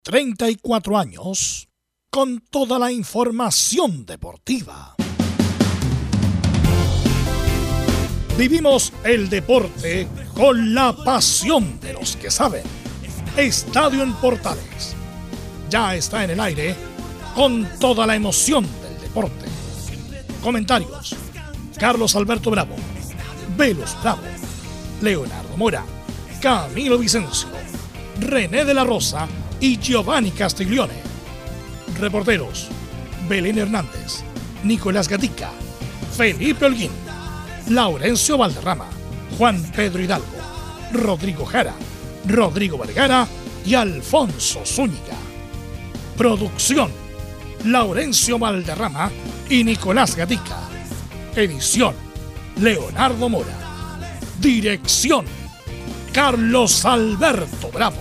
34 años con toda la información deportiva. Vivimos el deporte con la pasión de los que saben. Estadio en Portales ya está en el aire con toda la emoción del deporte. Comentarios: Carlos Alberto Bravo, Velus Bravo, Leonardo Mora, Camilo Vicencio, René de la Rosa y Giovanni Castiglione. Reporteros: Belén Hernández, Nicolás Gatica, Felipe Holguín, Laurencio Valderrama, Juan Pedro Hidalgo, Rodrigo Jara, Rodrigo Vergara y Alfonso Zúñiga. Producción: Laurencio Valderrama y Nicolás Gatica. Edición: Leonardo Mora. Dirección: Carlos Alberto Bravo.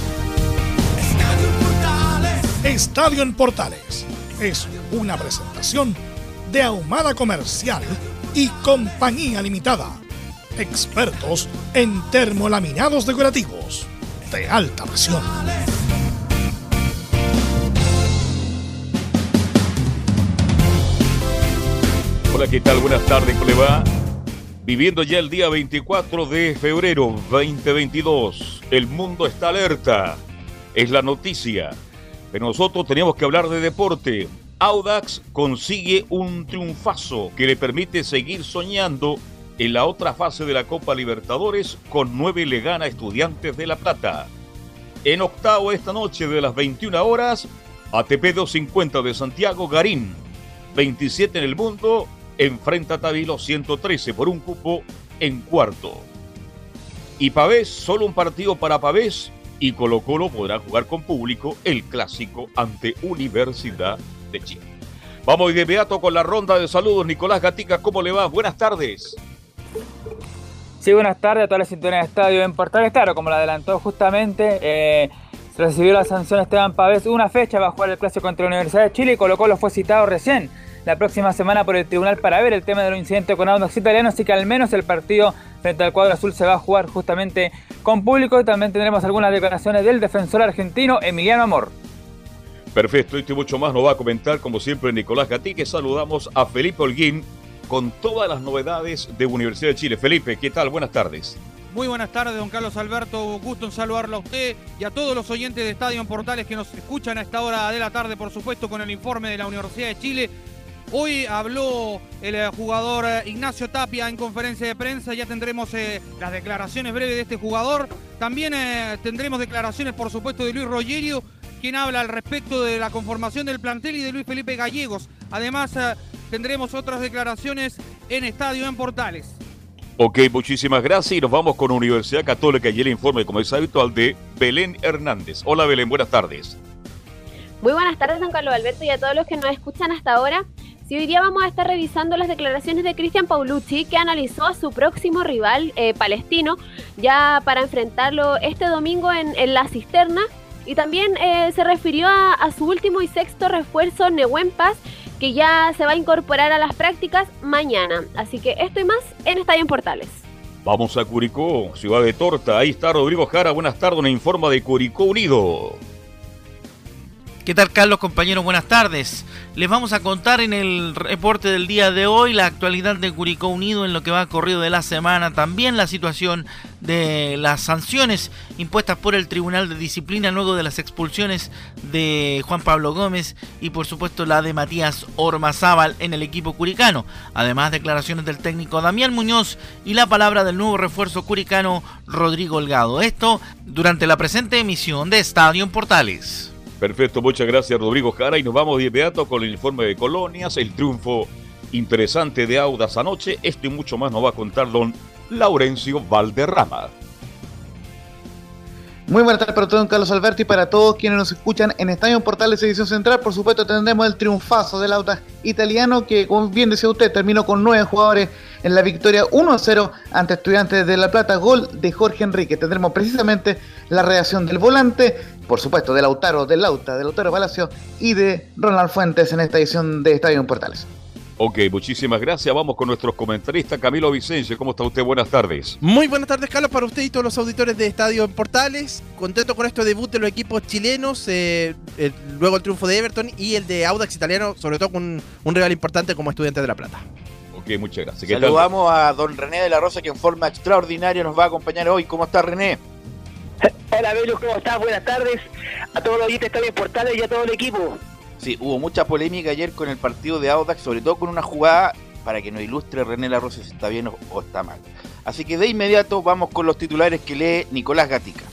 Estadio en Portales es una presentación de Ahumada Comercial y Compañía Limitada. Expertos en termolaminados decorativos de alta presión. Hola, ¿qué tal? Buenas tardes, ¿cómo le va? Viviendo ya el día 24 de febrero 2022. El mundo está alerta. Es la noticia. Pero nosotros teníamos que hablar de deporte. Audax consigue un triunfazo que le permite seguir soñando en la otra fase de la Copa Libertadores. Con 9 le gana a Estudiantes de La Plata. En octavo esta noche de las 21 horas, ATP 250 de Santiago, Garín, 27 en el mundo, enfrenta a Tabilo, 113 por un cupo en cuarto. Y Pavés, solo un partido para Pavés, y Colo-Colo podrá jugar con público el clásico ante Universidad de Chile. Vamos de inmediato con la ronda de saludos. Nicolás Gatica, ¿cómo le va? Buenas tardes. Sí, buenas tardes a toda la sintonía de Estadio en Portales. Claro, como lo adelantó justamente, se recibió la sanción Esteban Pavés. Una fecha va a jugar el clásico contra la Universidad de Chile y Colo-Colo fue citado recién la próxima semana por el tribunal para ver el tema de los incidentes con Audax Italiano, así que al menos el partido frente al cuadro azul se va a jugar justamente con público. Y también tendremos algunas declaraciones del defensor argentino Emiliano Amor. Perfecto, y mucho más nos va a comentar como siempre Nicolás Gatica. Saludamos a Felipe Holguín con todas las novedades de Universidad de Chile. Felipe, ¿qué tal? Buenas tardes. Muy buenas tardes, don Carlos Alberto. Gusto en saludarlo a usted y a todos los oyentes de Estadio en Portales que nos escuchan a esta hora de la tarde, por supuesto, con el informe de la Universidad de Chile. Hoy habló el jugador Ignacio Tapia en conferencia de prensa. Ya tendremos las declaraciones breves de este jugador. También tendremos declaraciones, por supuesto, de Luis Rogerio, quien habla al respecto de la conformación del plantel, y de Luis Felipe Gallegos. Además, tendremos otras declaraciones en Estadio en Portales. Ok, muchísimas gracias y nos vamos con Universidad Católica y el informe, como es habitual, de Belén Hernández. Hola Belén, buenas tardes. Muy buenas tardes, don Carlos Alberto, y a todos los que nos escuchan hasta ahora. Sí, hoy día vamos a estar revisando las declaraciones de Cristian Paulucci, que analizó a su próximo rival Palestino, ya para enfrentarlo este domingo en La Cisterna. Y también se refirió a su último y sexto refuerzo, Nehuen Paz, que ya se va a incorporar a las prácticas mañana. Así que esto y más en Estadio en Portales. Vamos a Curicó, Ciudad de Torta. Ahí está Rodrigo Jara. Buenas tardes, nos informa de Curicó Unido. ¿Qué tal, Carlos, compañeros? Buenas tardes. Les vamos a contar en el reporte del día de hoy la actualidad de Curicó Unido en lo que va corrido de la semana. También la situación de las sanciones impuestas por el Tribunal de Disciplina luego de las expulsiones de Juan Pablo Gómez y por supuesto la de Matías Ormazábal en el equipo curicano. Además, declaraciones del técnico Damián Muñoz y la palabra del nuevo refuerzo curicano Rodrigo Holgado. Esto durante la presente emisión de Estadio en Portales. Perfecto, muchas gracias Rodrigo Jara y nos vamos de inmediato con el informe de Colonias, el triunfo interesante de Audax anoche. Esto y mucho más nos va a contar don Laurencio Valderrama. Muy buenas tardes para todos, don Carlos Alberto, y para todos quienes nos escuchan en Estadio Portales Edición Central. Por supuesto tendremos el triunfazo del Audax italiano que, como bien decía usted, terminó con 9 jugadores en la victoria 1-0 ante Estudiantes de La Plata, gol de Jorge Enrique. Tendremos precisamente la reacción del volante, por supuesto de Lautaro Palacio y de Ronald Fuentes en esta edición de Estadio Portales. Ok, muchísimas gracias. Vamos con nuestros comentaristas. Camilo Vicencio, ¿cómo está usted? Buenas tardes. Muy buenas tardes, Carlos, para usted y todos los auditores de Estadio en Portales. Contento con este debut de los equipos chilenos, luego el triunfo de Everton y el de Audax Italiano, sobre todo con un rival importante como Estudiantes de La Plata. Ok, muchas gracias. Saludamos a don René de la Rosa, que en forma extraordinaria nos va a acompañar hoy. ¿Cómo está, René? Hola, Velus, ¿cómo estás? Buenas tardes a todos los oyentes de Estadio en Portales y a todo el equipo. Sí, hubo mucha polémica ayer con el partido de Audax, sobre todo con una jugada para que nos ilustre René La Rosa si está bien o está mal. Así que de inmediato vamos con los titulares que lee Nicolás Gatica.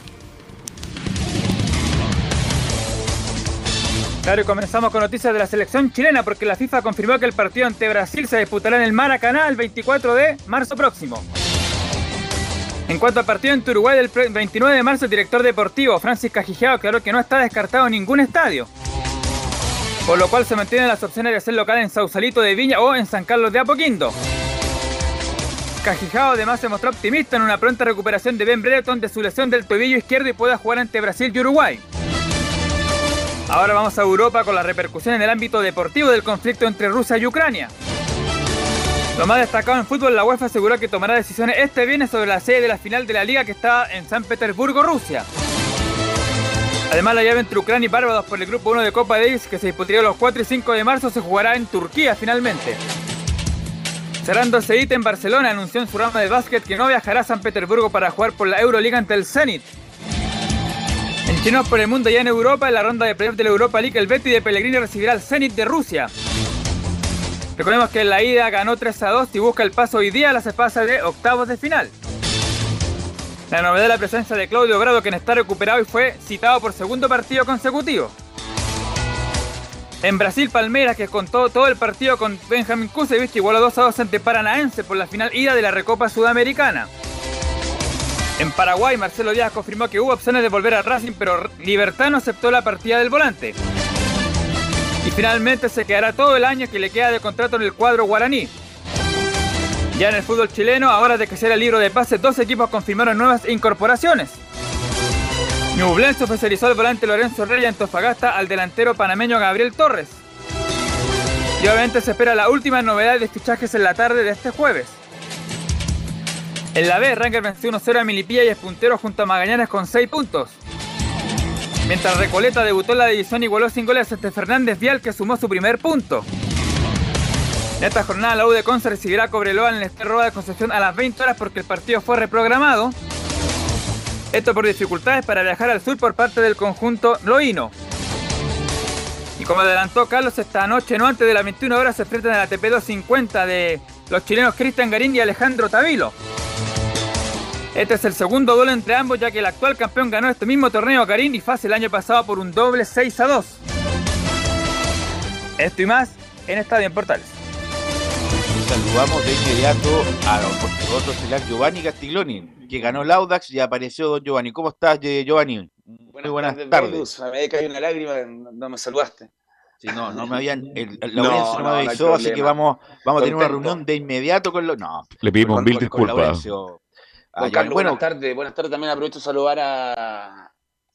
Claro, y comenzamos con noticias de la selección chilena porque la FIFA confirmó que el partido ante Brasil se disputará en el Maracaná el 24 de marzo próximo. En cuanto al partido ante Uruguay del 29 de marzo, el director deportivo Francis Cajijao aclaró que no está descartado ningún estadio, por lo cual se mantienen las opciones de hacer local en Sausalito de Viña o en San Carlos de Apoquindo. Cajijao además se mostró optimista en una pronta recuperación de Ben Brereton de su lesión del tobillo izquierdo y pueda jugar ante Brasil y Uruguay. Ahora vamos a Europa con la repercusión en el ámbito deportivo del conflicto entre Rusia y Ucrania. Lo más destacado en fútbol, la UEFA aseguró que tomará decisiones este viernes sobre la sede de la final de la liga que está en San Petersburgo, Rusia. Además, la llave entre Ucrania y Barbados por el grupo 1 de Copa Davis, que se disputaría los 4 y 5 de marzo, se jugará en Turquía finalmente. Cerrando Seite en Barcelona, anunció en su rama de básquet que no viajará a San Petersburgo para jugar por la Euroliga ante el Zenit. En Chinos por el Mundo, ya en Europa, en la ronda de playoff de la Europa League, el Betis de Pellegrini recibirá al Zenit de Rusia. Recordemos que en la ida ganó 3-2 y busca el paso hoy día a las fases de octavos de final. La novedad es la presencia de Claudio Grado, quien está recuperado y fue citado por segundo partido consecutivo. En Brasil, Palmeiras, que contó todo el partido con Benjamin Kusevich, igualó 2-2 ante Paranaense por la final ida de la Recopa Sudamericana. En Paraguay, Marcelo Díaz confirmó que hubo opciones de volver a Racing, pero Libertad no aceptó la partida del volante. Y finalmente se quedará todo el año que le queda de contrato en el cuadro guaraní. Ya en el fútbol chileno, ahora de que sea el libro de pases, 2 equipos confirmaron nuevas incorporaciones. Ñublense oficializó al volante Lorenzo Reyes y Antofagasta al delantero panameño Gabriel Torres. Y obviamente se espera la última novedad de fichajes en la tarde de este jueves. En la B, Rangers venció 1-0 a Milipilla y es puntero junto a Magallanes con 6 puntos. Mientras Recoleta debutó en la división y igualó sin goles ante Fernández Vial, que sumó su primer punto. En esta jornada la U de Conce recibirá a Cobreloa en el Estadio Roa de Concepción a las 20 horas porque el partido fue reprogramado. Esto por dificultades para viajar al sur por parte del conjunto loíno. Y como adelantó Carlos, esta noche, no antes de las 21 horas, se enfrentan a la ATP 250 de los chilenos Cristian Garín y Alejandro Tavilo. Este es el segundo duelo entre ambos, ya que el actual campeón ganó este mismo torneo Garín y fácil el año pasado por un doble 6-2. Esto y más en Estadio en Portales. Saludamos de inmediato a otro estelar, Giovanni Castiglioni, que ganó el Audax y apareció don Giovanni. ¿Cómo estás, Giovanni? Muy buenas tardes. Me había caído una lágrima, no me saludaste. Sí, no me habían, la audiencia no me avisó, así que vamos a tener una reunión de inmediato con los... No, le pedimos mil disculpas. Carlos, buenas tardes, también aprovecho de saludar a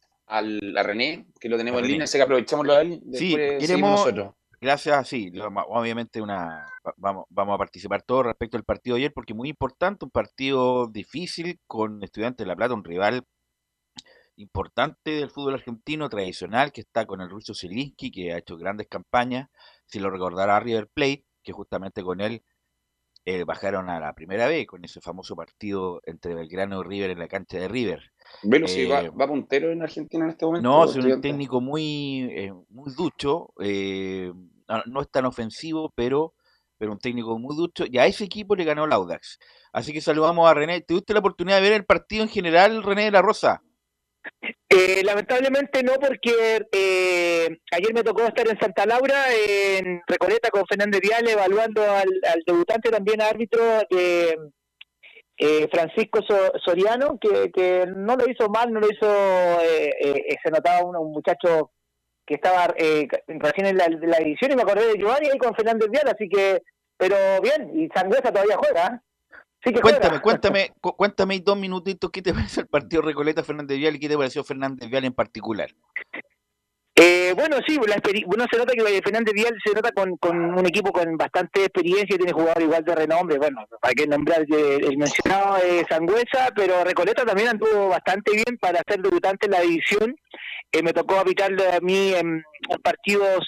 René, que lo tenemos en línea, sé que aprovechémoslo a él. Sí, queremos, nosotros. Gracias, sí, obviamente vamos a participar todos respecto al partido de ayer, porque muy importante, un partido difícil con Estudiantes de La Plata, un rival importante del fútbol argentino, tradicional, que está con el ruso Zielinski, que ha hecho grandes campañas, si lo recordará River Plate, que justamente con él bajaron a la primera vez, con ese famoso partido entre Belgrano y River en la cancha de River. Bueno, sí, va puntero en Argentina en este momento. No, es un técnico muy ducho, no es tan ofensivo, pero un técnico muy ducho, y a ese equipo le ganó el Audax. Así que saludamos a René. ¿Tuviste la oportunidad de ver el partido en general, René de la Rosa? Lamentablemente no, porque ayer me tocó estar en Santa Laura, en Recoleta, con Fernández Vial, evaluando al debutante también árbitro de Francisco Soriano, que no lo hizo mal, no lo hizo, se notaba un muchacho que estaba recién en la división, y me acordé de Giovanni ahí con Fernández Vial, así que, pero bien, y Sangüesa todavía juega, sí que cuéntame 2 minutitos, ¿qué te parece el partido Recoleta Fernández Vial y qué te pareció Fernández Vial en particular? Bueno, sí, uno se nota que Fernández Vial se nota con un equipo con bastante experiencia, tiene jugadores igual de renombre, bueno, hay que nombrar el mencionado Sangüesa, pero Recoleta también anduvo bastante bien para ser debutante en la división. Me tocó apitarle a mí en partidos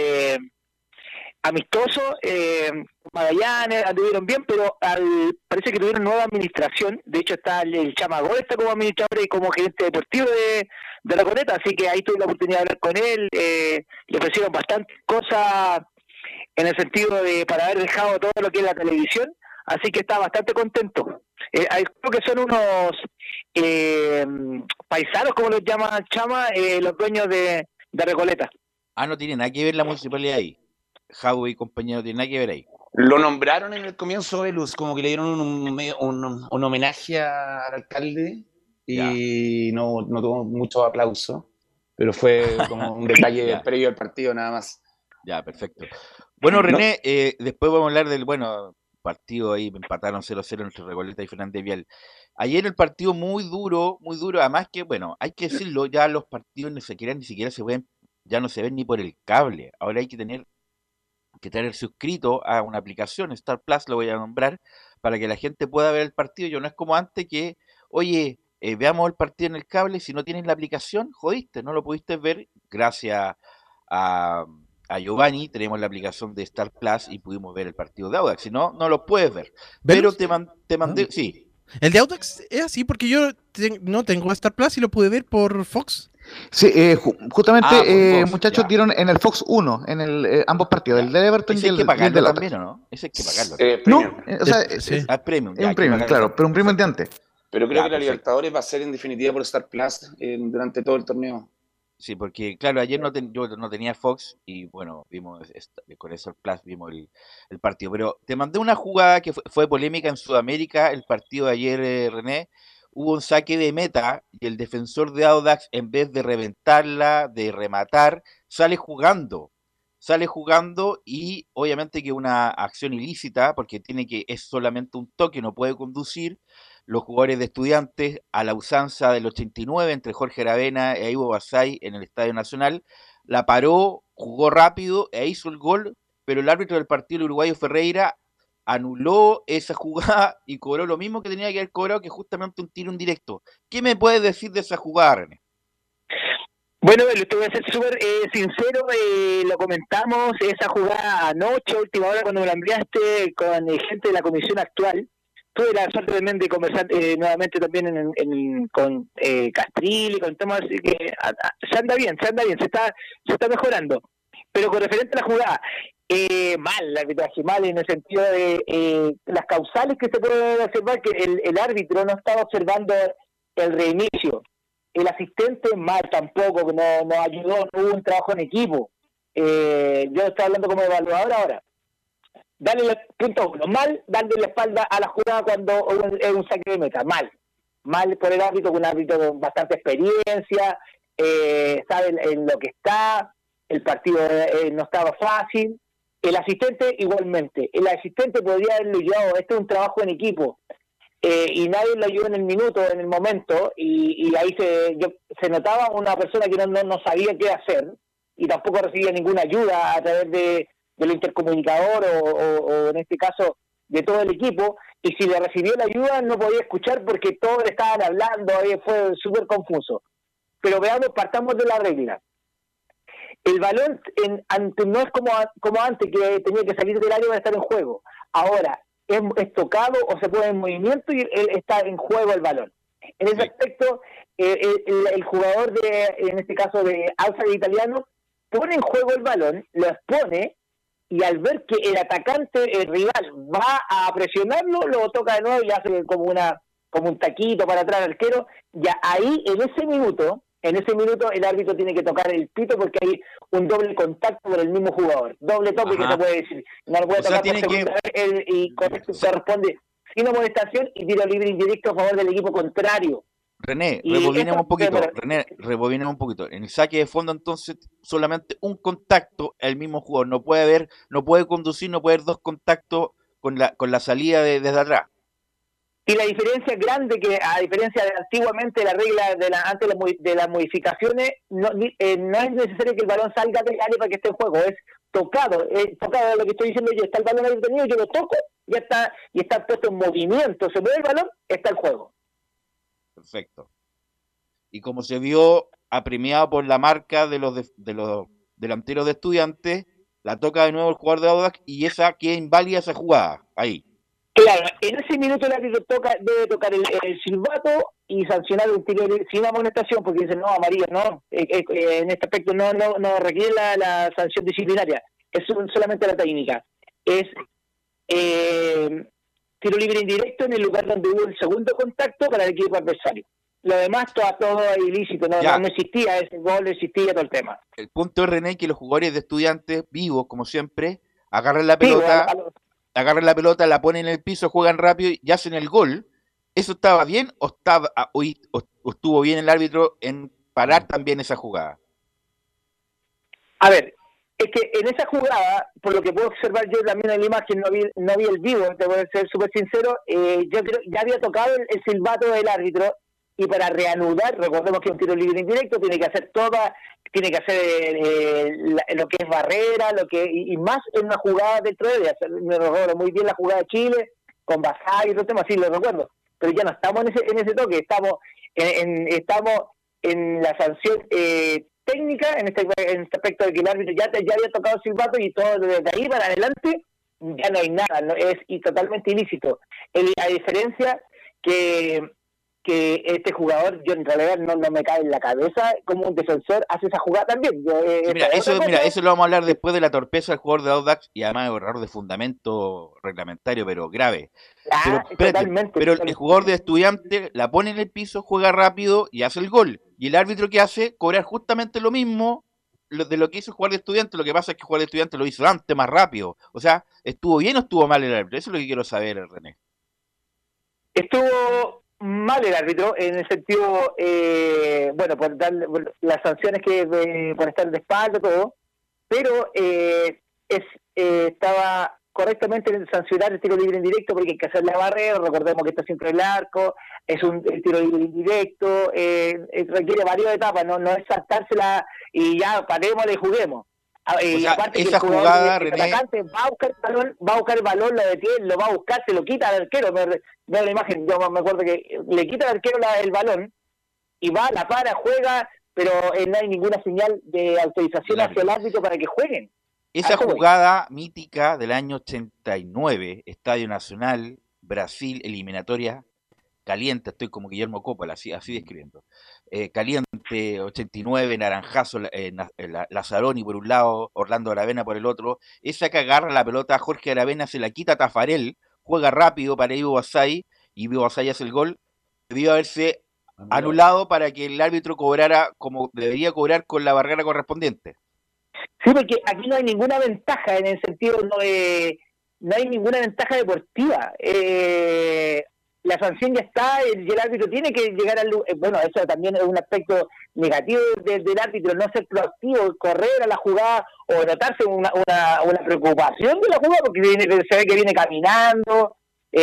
amistosos, Magallanes anduvieron bien, pero parece que tuvieron nueva administración. De hecho está el Chamagol, está como administrador y como gerente deportivo de Recoleta, así que ahí tuve la oportunidad de hablar con él. Le ofrecieron bastantes cosas en el sentido de para haber dejado todo lo que es la televisión, así que está bastante contento. Creo que son unos paisanos, como los llama Chama, los dueños de Recoleta. No tiene nada que ver la municipalidad ahí. Jau y compañero, no tiene nada que ver ahí. Lo nombraron en el comienzo de Luz, como que le dieron un homenaje al alcalde y no tuvo mucho aplauso, pero fue como un detalle previo al partido nada más. Ya, perfecto. Bueno, René, después vamos a hablar del partido ahí, empataron 0-0 entre Recoleta y Fernández Vial. Ayer el partido muy duro, además que, hay que decirlo, ya los partidos ni siquiera se ven, ya no se ven ni por el cable. Ahora hay que tener suscrito a una aplicación, Star Plus lo voy a nombrar, para que la gente pueda ver el partido. Yo no es como antes que, oye, veamos el partido en el cable, si no tienes la aplicación, jodiste, no lo pudiste ver. Gracias a Giovanni tenemos la aplicación de Star Plus y pudimos ver el partido de Audax, si no, no lo puedes ver. Pero te mandé, sí. ¿El de Audax es así? Porque yo no tengo Star Plus y lo pude ver por Fox. Sí, justamente, muchachos, dieron en el Fox 1, en ambos partidos, el de Everton y el de pagarlo también, ¿o no? Ese hay que pagarlo. No, o sea, sí. Premium. Es un premium, claro, pero un premium de antes. Pero creo que la Libertadores va a ser en definitiva por Star Plus durante todo el torneo. Sí, porque claro, ayer yo no tenía Fox y vimos con Star Plus vimos el partido. Pero te mandé una jugada que fue polémica en Sudamérica, el partido de ayer, René. Hubo un saque de meta y el defensor de Audax, en vez de reventarla, de rematar, sale jugando y obviamente que una acción ilícita, porque es solamente un toque, no puede conducir. Los jugadores de Estudiantes, a la usanza del 89, entre Jorge Aravena e Ivo Basay en el Estadio Nacional, la paró, jugó rápido e hizo el gol, pero el árbitro del partido, el uruguayo Ferreira, anuló esa jugada y cobró lo mismo que tenía que haber cobrado, que justamente un tiro indirecto. ¿Qué me puedes decir de esa jugada, René? Bueno, te voy a ser súper sincero, lo comentamos, esa jugada anoche, última hora, cuando me la enviaste con gente de la comisión actual. Tuve la suerte también de conversar nuevamente también con Castrilli, con temas, así que se anda bien, se está mejorando. Pero con referente a la jugada, mal el arbitraje, mal en el sentido de las causales que se pueden observar, que el árbitro no estaba observando el reinicio. El asistente mal tampoco, no ayudó, no hubo un trabajo en equipo. Yo estoy hablando como evaluador ahora. Punto uno, mal darle la espalda a la jugada cuando es un saque de meta, mal por el árbitro, un árbitro con bastante experiencia, sabe en lo que está, el partido no estaba fácil. El asistente igualmente, el asistente podría haberlo ayudado, este es un trabajo en equipo, y nadie lo ayudó en el minuto, en el momento, y ahí se notaba una persona que no sabía qué hacer, y tampoco recibía ninguna ayuda a través del intercomunicador o en este caso de todo el equipo, y si le recibió la ayuda no podía escuchar porque todos le estaban hablando, fue súper confuso. Pero partamos de la regla. El balón no es como antes, que tenía que salir del área para estar en juego. Ahora es tocado o se pone en movimiento y está en juego el balón. En ese aspecto, el jugador en este caso de Audax Italiano, pone en juego el balón, lo expone, y al ver que el atacante, el rival, va a presionarlo, lo toca de nuevo y hace como un taquito para atrás al arquero. Ya ahí, en ese minuto, el árbitro tiene que tocar el pito porque hay un doble contacto con el mismo jugador. Doble toque. Ajá. Que se puede decir. No lo puede tocar por segunda vez y con esto corresponde sin amonestación y tiro libre indirecto a favor del equipo contrario. René, rebobinemos un poquito. En el saque de fondo, entonces, solamente un contacto al mismo jugador. No puede conducir, no puede haber dos contactos con la salida desde atrás. Y la diferencia es grande, que a diferencia de antiguamente la regla antes de las modificaciones, no es necesario que el balón salga del área para que esté en juego, es tocado lo que estoy diciendo yo, está el balón ahí detenido, yo lo toco, ya está, y está puesto en movimiento, se mueve el balón, está el juego. Perfecto. Y como se vio apremiado por la marca de los delanteros de Estudiantes, la toca de nuevo el jugador de Audax y esa queda inválida esa jugada, ahí. Claro, en ese minuto el árbitro debe tocar el silbato y sancionar un tiro sin amonestación, porque dicen, no, amarillo, no, en este aspecto no requiere la sanción disciplinaria, es solamente la técnica. Es tiro libre indirecto en el lugar donde hubo el segundo contacto para el equipo adversario. Lo demás, todo ilícito, no existía ese gol, no existía todo el tema. El punto es, René, que los jugadores de Estudiantes, vivos como siempre, agarran la pelota... agarran la pelota, la ponen en el piso, juegan rápido y hacen el gol. ¿Eso estaba bien o estuvo bien el árbitro en parar también esa jugada? A ver, es que en esa jugada, por lo que puedo observar yo también en la imagen, no vi el vivo, te voy a ser súper sincero, yo creo ya había tocado el silbato del árbitro, y para reanudar, recordemos que es un tiro libre indirecto, tiene que hacer lo que es barrera, y más en una jugada dentro de ella. Me recuerdo muy bien la jugada de Chile, con Basay y otros temas, sí lo recuerdo, pero ya no estamos en ese toque, estamos en la sanción técnica, en este aspecto de que el árbitro ya había tocado el silbato y todo desde ahí para adelante ya no hay nada, y totalmente ilícito. A diferencia que este jugador, yo en realidad no me cae en la cabeza como un defensor hace esa jugada también. Eso lo vamos a hablar después de la torpeza del jugador de Audax y además de error de fundamento reglamentario, pero grave. Pero el jugador de Estudiantes la pone en el piso, juega rápido y hace el gol. Y el árbitro, ¿qué hace? Cobrar justamente lo mismo de lo que hizo el jugador de Estudiantes. Lo que pasa es que el jugador de Estudiantes lo hizo antes, más rápido. O sea, ¿estuvo bien o estuvo mal el árbitro? Eso es lo que quiero saber, René. Estuvo mal el árbitro en el sentido, por dar las sanciones por estar de espalda, todo, pero estaba correctamente en sancionar el tiro libre indirecto porque hay que hacer la barrera, recordemos que está siempre el arco, es el tiro libre indirecto, requiere varias etapas, no es saltársela y ya parémosla y juguemos. Y aparte esa jugada, René, atacante va a buscar el balón, lo detiene, lo va a buscar, se lo quita al arquero. Veo la imagen, yo me acuerdo que le quita al arquero el balón y va, la para, juega, pero no hay ninguna señal de autorización hacia el árbitro para que jueguen. Esa jugada mítica del año 89, Estadio Nacional, Brasil, eliminatoria caliente, estoy como Guillermo Coppola, así describiendo. Caliente, 89, naranjazo, Lazzaroni por un lado, Orlando Aravena por el otro. Esa que agarra la pelota, Jorge Aravena se la quita a Tafarel, juega rápido para Ivo Basay, y Ivo Basay hace el gol. Debió haberse anulado para que el árbitro cobrara como debería cobrar con la barrera correspondiente. Sí, porque aquí no hay ninguna ventaja, en el sentido, no hay ninguna ventaja deportiva. La sanción ya está y el árbitro tiene que llegar al... eso también es un aspecto negativo del árbitro, no ser proactivo, correr a la jugada o notarse una preocupación de la jugada porque se ve que viene caminando.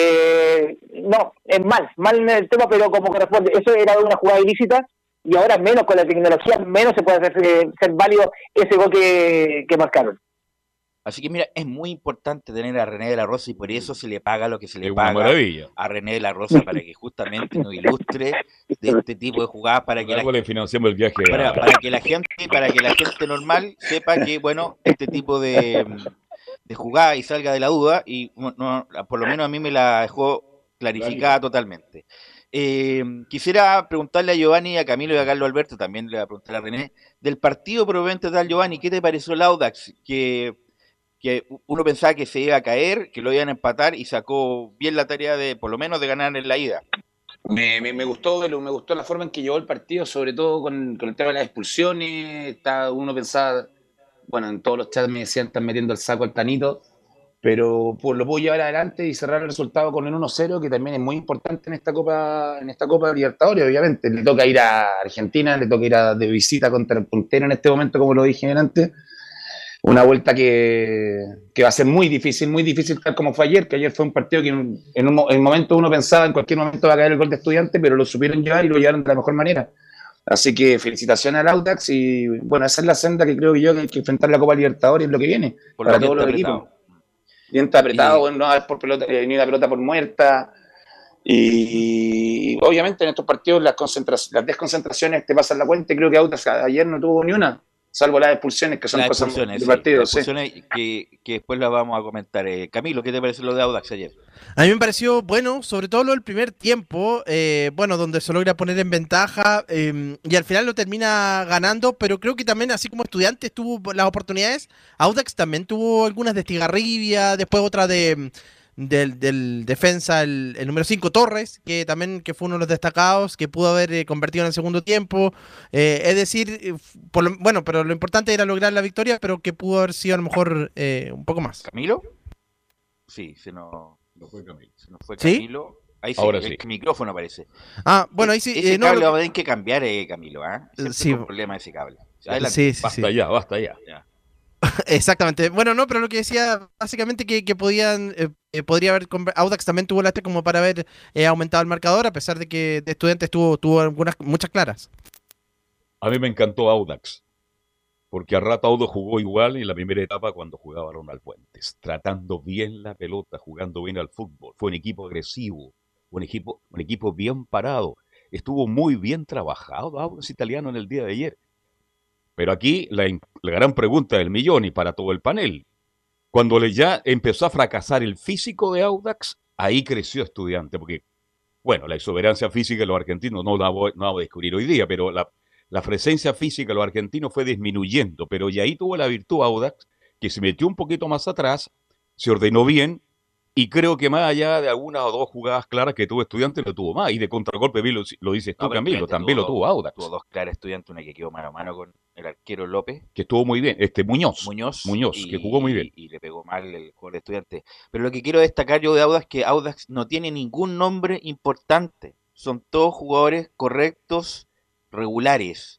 No, es mal en el tema, pero como corresponde. Eso era una jugada ilícita y ahora menos con la tecnología, menos se puede ser válido ese gol que marcaron. Así que mira, es muy importante tener a René de la Rosa y por eso se le paga lo que se le paga a René de la Rosa para que justamente nos ilustre de este tipo de jugadas para que financiamos el viaje para que la gente normal sepa que este tipo de jugada y salga de la duda y por lo menos a mí me la dejó clarificada totalmente. Quisiera preguntarle a Giovanni, a Camilo y a Carlos Alberto, también le voy a preguntar a René, del partido probablemente tal, Giovanni, ¿qué te pareció el Audax? Que uno pensaba que se iba a caer, que lo iban a empatar y sacó bien la tarea de, por lo menos, de ganar en la ida. Me gustó la forma en que llevó el partido, sobre todo con el tema de las expulsiones. Uno pensaba, en todos los chats me decían, están metiendo el saco al Tanito, pero pues lo puedo llevar adelante y cerrar el resultado con el 1-0, que también es muy importante en esta Copa Libertadores, obviamente. Le toca ir a Argentina, le toca ir de visita contra el puntero en este momento, como lo dije antes. una vuelta que va a ser muy difícil tal como fue ayer, que ayer fue un partido que en un momento uno pensaba en cualquier momento va a caer el gol de Estudiantes, pero lo supieron llevar y lo llevaron de la mejor manera. Así que felicitaciones al Audax y bueno, esa es la senda que creo que hay que enfrentar la Copa Libertadores, lo que viene, para todos los equipos. Diente apretado, bueno, no dar por pelota, ni una pelota por muerta. Y obviamente en estos partidos las desconcentraciones te pasan la cuenta y creo que Audax ayer no tuvo ni una, salvo las expulsiones que son Las cosas expulsiones, de sí, partido. las expulsiones que después las vamos a comentar. Camilo, ¿qué te parece lo de Audax ayer? A mí me pareció bueno, sobre todo lo del primer tiempo, bueno, donde se logra poner en ventaja y al final lo termina ganando, pero creo que también, así como Estudiantes tuvo las oportunidades, Audax también tuvo algunas de Estigarribia, después otra del defensa, el número 5, Torres, que también que fue uno de los destacados, que pudo haber convertido en el segundo tiempo, es decir, pero lo importante era lograr la victoria, pero que pudo haber sido a lo mejor un poco más. ¿Camilo? Sí, no fue Camilo. Se nos fue ¿Sí? Camilo. Ahí sí, Ahora el sí. micrófono aparece. Ah, bueno, ahí sí. Ese cable va a tener que cambiar, Camilo, Sí. Es un problema ese cable. Adelante. Sí, sí, Basta sí. ya, basta ya. Exactamente. Bueno, no, pero lo que decía básicamente que podría haber Audax también tuvo la como para haber aumentado el marcador, a pesar de que de Estudiantes tuvo muchas claras. A mí me encantó Audax, porque a rato Audax jugó igual en la primera etapa cuando jugaba Ronald Fuentes, tratando bien la pelota, jugando bien al fútbol. Fue un equipo agresivo, un equipo bien parado. Estuvo muy bien trabajado Audax italiano en el día de ayer. Pero aquí la gran pregunta del millón y para todo el panel. Cuando ya empezó a fracasar el físico de Audax, ahí creció Estudiante, porque, bueno, la exuberancia física de los argentinos no la vamos a descubrir hoy día, pero la presencia física de los argentinos fue disminuyendo, pero y ahí tuvo la virtud Audax, que se metió un poquito más atrás, se ordenó bien, y creo que más allá de algunas o dos jugadas claras que tuvo Estudiante, lo tuvo más, y de contragolpe, bien lo dices tú, Camilo, también lo tuvo Audax. Tuvo dos claras Estudiantes, una que quedó mano a mano con el arquero López. Que estuvo muy bien, Muñoz, que jugó muy bien. Y le pegó mal el jugador de Estudiantes. Pero lo que quiero destacar yo de Audax es que Audax no tiene ningún nombre importante. Son todos jugadores correctos, regulares.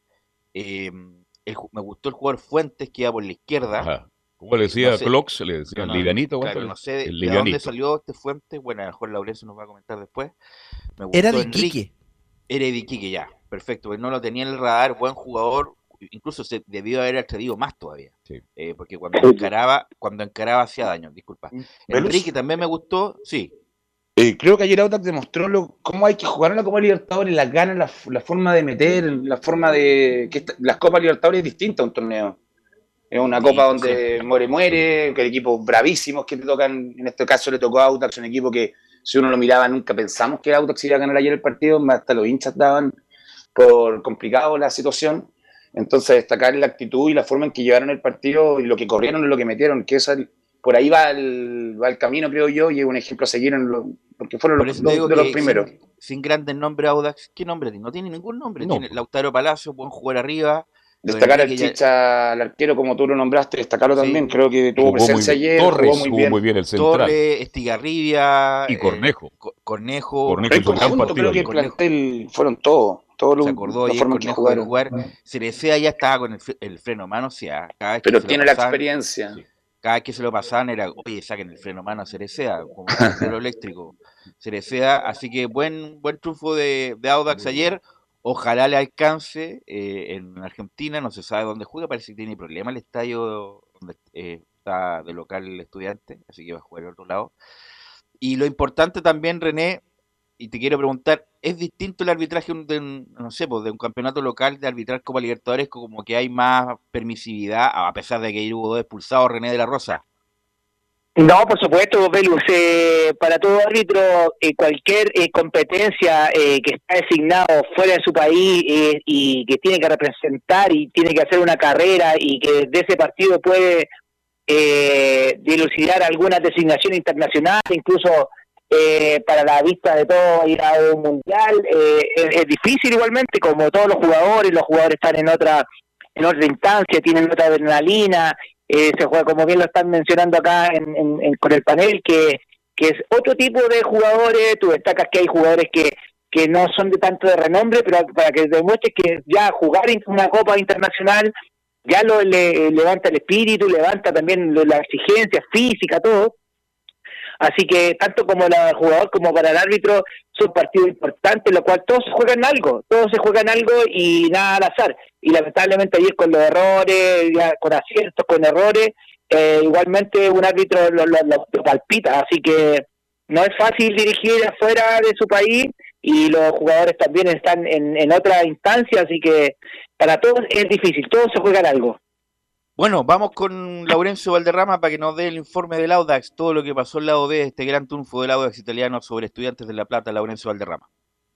Me gustó el jugador Fuentes, que iba por la izquierda. Ajá. ¿Cómo le decía no sé, Clox? Le decía Livianito. Claro, no sé de Livianito. dónde salió este Fuentes. Bueno, a lo mejor Laurencio nos va a comentar después. Me gustó Era de Enrique. Iquique. Era de Iquique, ya. Perfecto. Pues no lo tenía en el radar. Buen jugador. Incluso se debió haber accedido más todavía. Sí. Porque cuando encaraba hacía daño. Disculpa. Enrique también me gustó. Sí. Creo que ayer Audax demostró cómo hay que jugar en la Copa Libertadores, las ganas, la forma de meter, la forma de... las Copas Libertadores es distinta a un torneo. Es una copa donde muere, que hay equipos bravísimos que te tocan, en este caso le tocó a Audax, un equipo que si uno lo miraba nunca pensamos que Audax iba a ganar ayer el partido, hasta los hinchas daban por complicado la situación. Entonces destacar la actitud y la forma en que llevaron el partido y lo que corrieron y lo que metieron, que por ahí va el camino, creo yo, y es un ejemplo a seguir porque fueron los primeros. Sin grandes nombres Audax, ¿qué nombre tiene? No tiene ningún nombre. No. Tiene Lautaro Palacio, buen jugar arriba. Destacar al Chicha, al arquero, como tú lo nombraste, destacarlo también. Creo que tuvo presencia ayer. Torres jugó muy bien el central. Torres, Estigarribia. Y Cornejo. Cornejo En conjunto, creo que el plantel fueron todos. Se acordó ayer Cornejo de jugar. Cerecea ya estaba con el freno mano, o sea, cada vez pero tiene la experiencia. Sí. Cada vez que se lo pasaban era, oye, saquen el freno mano a Cerecea, como el eléctrico. Cerecea, así que buen triunfo de Audax ayer. Ojalá le alcance en Argentina, no se sabe dónde juega, parece que tiene problema el estadio donde está de local el Estudiante, así que va a jugar al otro lado. Y lo importante también, René, y te quiero preguntar, ¿es distinto el arbitraje de un campeonato local de arbitrar Copa Libertadores, como que hay más permisividad, a pesar de que hubo 2 expulsados, René de la Rosa? No, por supuesto, Velus. Para todo árbitro, cualquier competencia que está designado fuera de su país y que tiene que representar y tiene que hacer una carrera y que de ese partido puede dilucidar algunas designaciones internacionales, incluso para la vista de todo ir a un mundial, es difícil igualmente, como todos los jugadores están en otra instancia, tienen otra adrenalina. Se juega, como bien lo están mencionando acá con el panel, que es otro tipo de jugadores. Tú destacas que hay jugadores que no son de tanto de renombre, pero para que demuestres que ya jugar en una Copa Internacional ya levanta el espíritu, levanta también la exigencia física, todo. Así que tanto como el jugador como para el árbitro son partidos importantes, en los cuales todos se juegan algo y nada al azar. Y lamentablemente ayer con los errores, con aciertos, con errores, igualmente un árbitro lo palpita. Así que no es fácil dirigir afuera de su país y los jugadores también están en otra instancia, así que para todos es difícil, todos se juegan algo. Bueno, vamos con Laurencio Valderrama para que nos dé el informe del Audax, todo lo que pasó en lado B, este gran triunfo del Audax italiano sobre Estudiantes de La Plata. Laurencio Valderrama.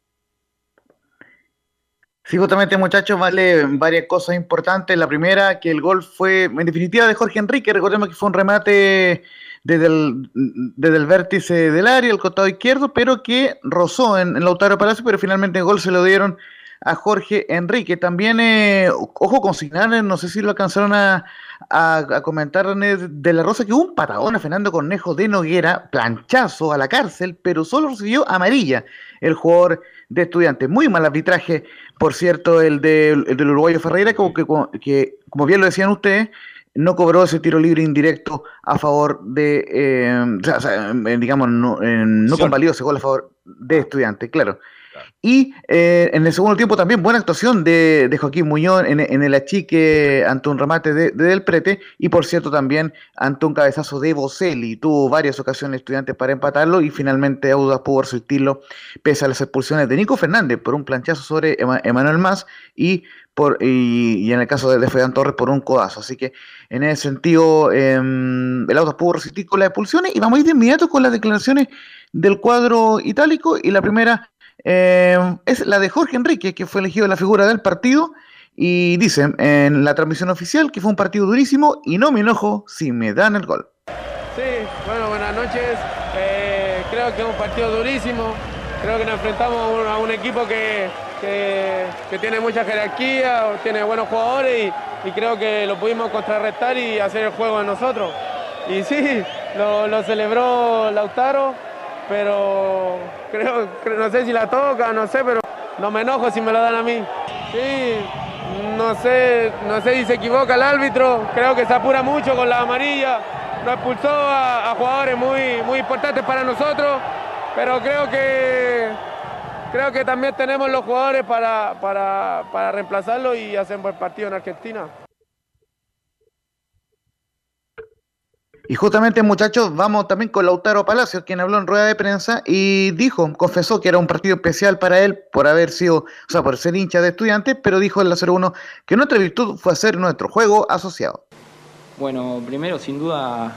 Sí, justamente, muchachos, vale varias cosas importantes. La primera, que el gol fue en definitiva de Jorge Enrique. Recordemos que fue un remate desde el vértice del área, el costado izquierdo, pero que rozó en Lautaro Palacio, pero finalmente el gol se lo dieron a Jorge Enrique. También, ojo con Signares, no sé si lo alcanzaron a comentar, René de la Rosa, que hubo un patadón a Fernando Cornejo de Noguera, planchazo a la cárcel, pero solo recibió amarilla el jugador de Estudiantes. Muy mal arbitraje, por cierto, el del uruguayo Ferreira, que como bien lo decían ustedes, no cobró ese tiro libre indirecto a favor de, digamos, no convalidó ese gol a favor de Estudiantes, claro. Y en el segundo tiempo también buena actuación de Joaquín Muñoz en el achique ante un remate de Del Prete, y por cierto también ante un cabezazo de Boselli. Tuvo varias ocasiones Estudiantes para empatarlo y finalmente Audax pudo resistirlo pese a las expulsiones de Nico Fernández por un planchazo sobre Emanuel Mas y en el caso de Fedán Torres por un codazo. Así que en ese sentido el Audax pudo resistir con las expulsiones, y vamos a ir de inmediato con las declaraciones del cuadro itálico, y la primera es la de Jorge Enrique, que fue elegido la figura del partido, y dice en la transmisión oficial que fue un partido durísimo y no me enojo si me dan el gol. Sí, bueno, buenas noches. Creo que es un partido durísimo. Creo que nos enfrentamos a un equipo que tiene mucha jerarquía, tiene buenos jugadores, y creo que lo pudimos contrarrestar y hacer el juego de nosotros. Y sí, lo celebró Lautaro, pero no sé si la toca, no sé, pero no me enojo si me lo dan a mí. Sí, no sé si se equivoca el árbitro, creo que se apura mucho con la amarilla, lo expulsó a jugadores muy importantes para nosotros, pero creo que también tenemos los jugadores para reemplazarlo y hacer un buen partido en Argentina. Y justamente, muchachos, vamos también con Lautaro Palacios, quien habló en rueda de prensa y confesó que era un partido especial para él por por ser hincha de Estudiantes, pero dijo en la 0-1 que nuestra virtud fue hacer nuestro juego asociado. Bueno, primero, sin duda,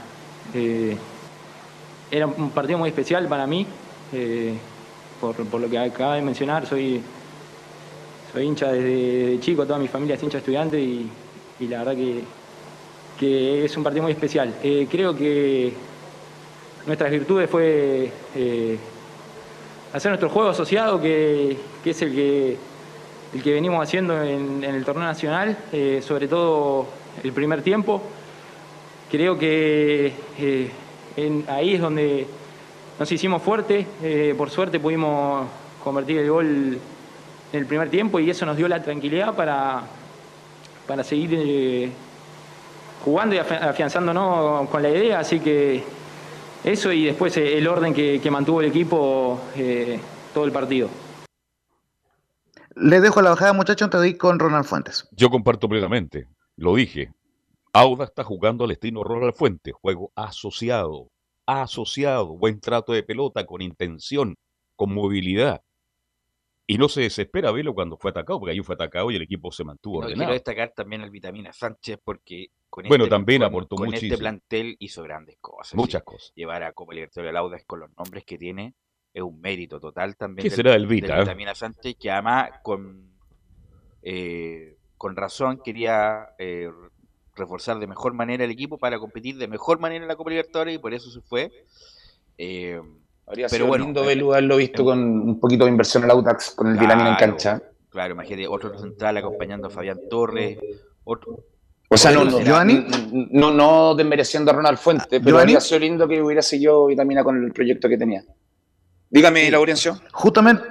era un partido muy especial para mí, por lo que acaba de mencionar. Soy hincha desde chico, toda mi familia es hincha de Estudiantes, y la verdad que es un partido muy especial. Creo que nuestras virtudes fue hacer nuestro juego asociado, que es el que venimos haciendo en el torneo nacional, sobre todo el primer tiempo. Creo que ahí es donde nos hicimos fuertes. Por suerte pudimos convertir el gol en el primer tiempo, y eso nos dio la tranquilidad para seguir jugando y afianzándonos con la idea. Así que eso, y después el orden que mantuvo el equipo todo el partido. Les dejo la bajada, muchachos, antes de ir con Ronald Fuentes. Yo comparto plenamente, lo dije. Audax está jugando al estilo Ronald Fuentes, juego asociado, buen trato de pelota, con intención, con movilidad. Y no se desespera Velo cuando fue atacado, porque ahí fue atacado y el equipo se mantuvo ordenado. Quiero destacar también al Vitamina Sánchez, porque también aportó muchísimo. Este plantel hizo grandes cosas. Muchas cosas. Llevar a Copa Libertadores al Audax con los nombres que tiene es un mérito total también. ¿Qué será del Vitamina Sánchez, que además con razón quería reforzar de mejor manera el equipo para competir de mejor manera en la Copa Libertadores, y por eso se fue. Habría sido lindo haberlo visto con un poquito de inversión en el Audax, con el Vitamina en cancha. Claro, imagínate, otro central acompañando a Fabián Torres, otro. O sea, no desmereciendo a Ronald Fuentes, pero habría sido lindo que hubiera seguido Vitamina con el proyecto que tenía. Dígame, Laurencio.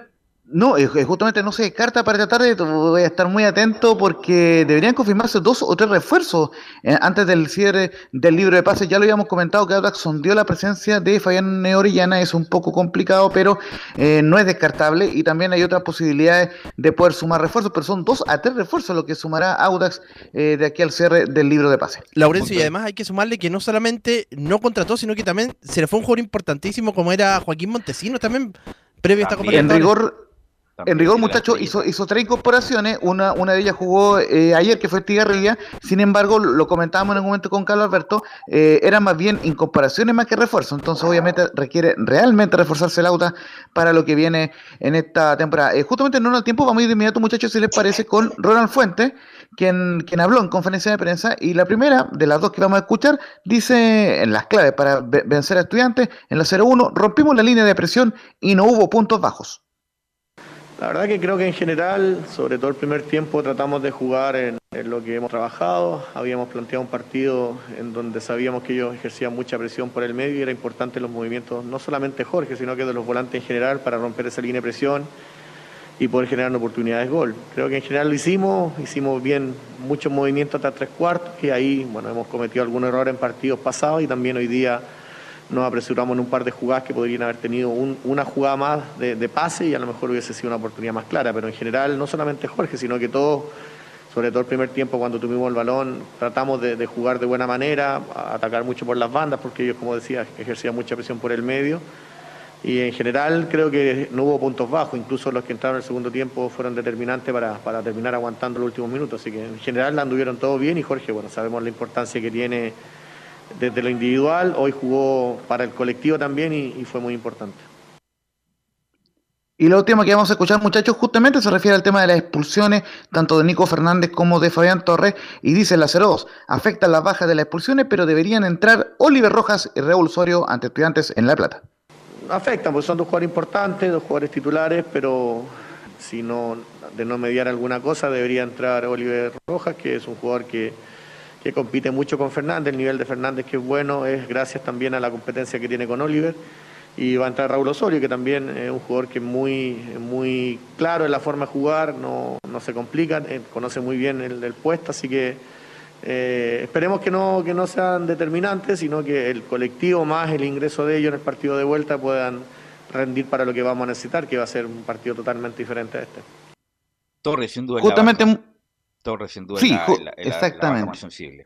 No, justamente no se descarta para esta tarde, voy a estar muy atento porque deberían confirmarse 2 o 3 refuerzos antes del cierre del libro de pases. Ya lo habíamos comentado que Audax sondeó la presencia de Fabián Orellana, es un poco complicado, pero no es descartable, y también hay otras posibilidades de poder sumar refuerzos, pero son 2 a 3 refuerzos lo que sumará Audax de aquí al cierre del libro de pases. Laurencio, y además hay que sumarle que no solamente no contrató, sino que también se le fue un jugador importantísimo como era Joaquín Montesinos, también previo a esta Copa Libertadores. En rigor, muchachos, hizo 3 incorporaciones, una de ellas jugó ayer, que fue Estigarribia. Sin embargo, lo comentábamos en un momento con Carlos Alberto, eran más bien incorporaciones más que refuerzos, entonces obviamente requiere realmente reforzarse el Audax para lo que viene en esta temporada. Justamente en el tiempo vamos a ir de inmediato, muchachos, si les parece, con Ronald Fuentes, quien habló en conferencia de prensa, y la primera de las 2 que vamos a escuchar dice en las claves para vencer a Estudiantes: en la 0-1 rompimos la línea de presión y no hubo puntos bajos. La verdad que creo que en general, sobre todo el primer tiempo, tratamos de jugar en lo que hemos trabajado. Habíamos planteado un partido en donde sabíamos que ellos ejercían mucha presión por el medio y era importante los movimientos, no solamente Jorge, sino que de los volantes en general, para romper esa línea de presión y poder generar oportunidades de gol. Creo que en general lo hicimos bien muchos movimientos hasta 3/4 y ahí, bueno, hemos cometido algún error en partidos pasados y también hoy día nos apresuramos en un par de jugadas que podrían haber tenido una jugada más de pase y a lo mejor hubiese sido una oportunidad más clara, pero en general no solamente Jorge, sino que todos, sobre todo el primer tiempo cuando tuvimos el balón, tratamos de jugar de buena manera, atacar mucho por las bandas porque ellos, como decía, ejercían mucha presión por el medio y en general creo que no hubo puntos bajos, incluso los que entraron en el segundo tiempo fueron determinantes para terminar aguantando los últimos minutos, así que en general anduvieron todo bien y Jorge, bueno, sabemos la importancia que tiene desde lo individual, hoy jugó para el colectivo también y fue muy importante. Y lo último que vamos a escuchar, muchachos, justamente se refiere al tema de las expulsiones, tanto de Nico Fernández como de Fabián Torres, y dice la 0-2, afectan las bajas de las expulsiones, pero deberían entrar Oliver Rojas y Raúl Osorio ante Estudiantes en La Plata. Afectan, porque son 2 jugadores importantes, 2 jugadores titulares, pero si no, de no mediar alguna cosa, debería entrar Oliver Rojas, que es un jugador que compite mucho con Fernández. El nivel de Fernández, que es bueno, es gracias también a la competencia que tiene con Oliver. Y va a entrar Raúl Osorio, que también es un jugador que es muy claro en la forma de jugar, no se complica, conoce muy bien el puesto, así que esperemos que no sean determinantes, sino que el colectivo más el ingreso de ellos en el partido de vuelta puedan rendir para lo que vamos a necesitar, que va a ser un partido totalmente diferente a este. Torres, sin duda. Justamente... Torres, sin duda, sí, exactamente. La más sensible.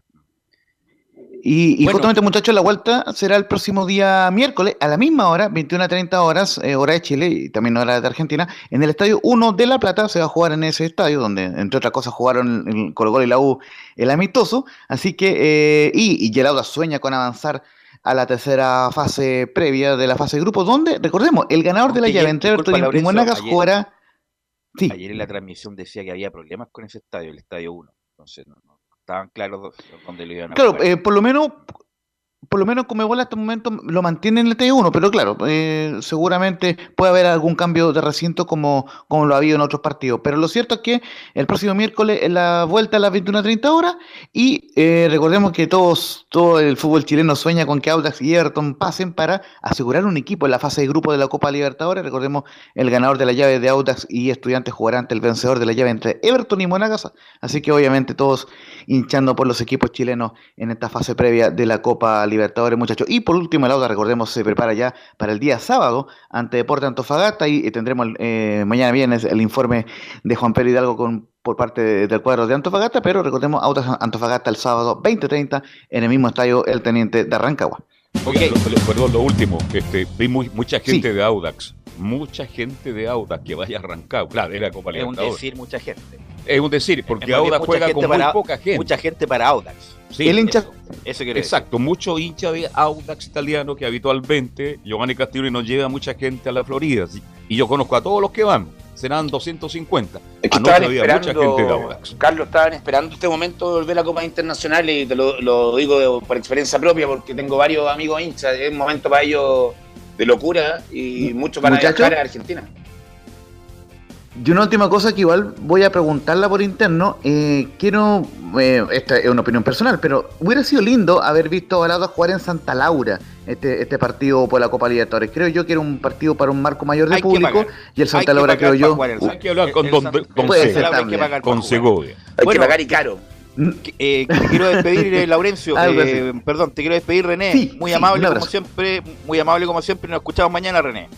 Y bueno, justamente, muchachos, la vuelta será el próximo día miércoles a la misma hora, 21:30 horas, hora de Chile y también hora de Argentina, en el Estadio 1 de La Plata. Se va a jugar en ese estadio donde, entre otras cosas, jugaron el Colo-Colo y la U el amistoso. Así que, y el Audax sueña con avanzar a la tercera fase previa de la fase de grupo, donde, recordemos, el ganador de la llave entre Everton y Monagas jugará. Sí. Ayer en la transmisión decía que había problemas con ese estadio, el estadio 1. Entonces no estaban claros dónde lo iban a jugar. Claro, por lo menos Conmebol hasta el momento lo mantiene en el T1, pero claro, seguramente puede haber algún cambio de recinto como lo ha habido en otros partidos. Pero lo cierto es que el próximo miércoles es la vuelta a las 21:30 horas y recordemos que todo el fútbol chileno sueña con que Audax y Everton pasen para asegurar un equipo en la fase de grupo de la Copa Libertadores. Recordemos, el ganador de la llave de Audax y Estudiantes jugará ante el vencedor de la llave entre Everton y Monagas, así que obviamente todos hinchando por los equipos chilenos en esta fase previa de la Copa Libertadores, muchachos. Y por último, el Audax, recordemos, se prepara ya para el día sábado ante Deportes Antofagasta y tendremos mañana viernes el informe de Juan Pedro Hidalgo por parte del cuadro de Antofagasta, pero recordemos, Audax Antofagasta el sábado 20:30 en el mismo estadio El Teniente de Rancagua. Okay. Perdón, lo último, vi mucha gente de Audax. Mucha gente de Audax que vaya a Rancagua. Claro, era Copa Libertadores. Es un decir, mucha gente. Es un decir, porque Audax juega con muy poca gente. Mucha gente para Audax. Sí, el hincha. Eso quiere exacto, decir. Mucho hincha de Audax italiano que habitualmente Giovanni Castillo nos lleva mucha gente a la Florida. Y yo conozco a todos los que van. Serán 250. Es que estaban esperando, mucha gente de Audax. Carlos, estaban esperando este momento de volver a Copas Internacionales y te lo digo por experiencia propia porque tengo varios amigos hinchas. Es un momento para ellos de locura y mucho para viajar a Argentina. Y una última cosa que igual voy a preguntarla por interno, quiero, esta es una opinión personal, pero hubiera sido lindo haber visto a Balado jugar en Santa Laura este partido por la Copa Libertadores. Creo yo que era un partido para un marco mayor de público y el Santa Laura creo yo... Hay que hablar con Segovia. Hay que pagar y caro. Te quiero despedir, Laurencio. Perdón, te quiero despedir, René. Sí, muy amable como siempre. Muy amable como siempre. Nos escuchamos mañana, René.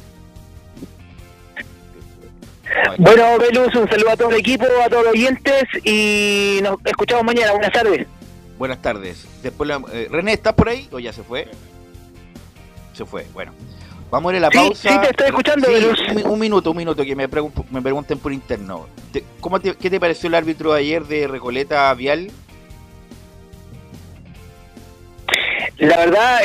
Bueno, Velus, un saludo a todo el equipo, a todos los oyentes y nos escuchamos mañana. Buenas tardes. Buenas tardes. Después René, ¿estás por ahí o ya se fue? Se fue. Bueno, vamos a ir a la pausa. Sí, te estoy escuchando, sí, Velus. Un minuto que me pregunten por interno. ¿Qué te pareció el árbitro de ayer de Recoleta Vial? La verdad,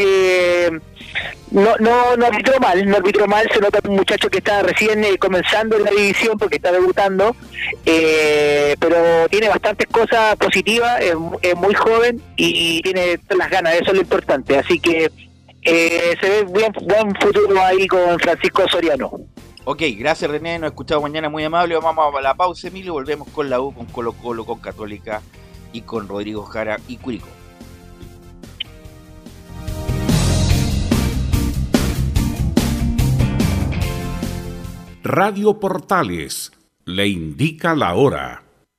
no arbitró mal, se nota un muchacho que está recién comenzando en la división porque está debutando, pero tiene bastantes cosas positivas, es muy joven y tiene las ganas, eso es lo importante, así que se ve buen futuro ahí con Francisco Soriano. Ok, gracias René, nos escuchamos mañana, muy amable. Vamos a la pausa, Emilio, volvemos con la U, con Colo Colo, con Católica y con Rodrigo Jara y Curicó. Radio Portales le indica la hora.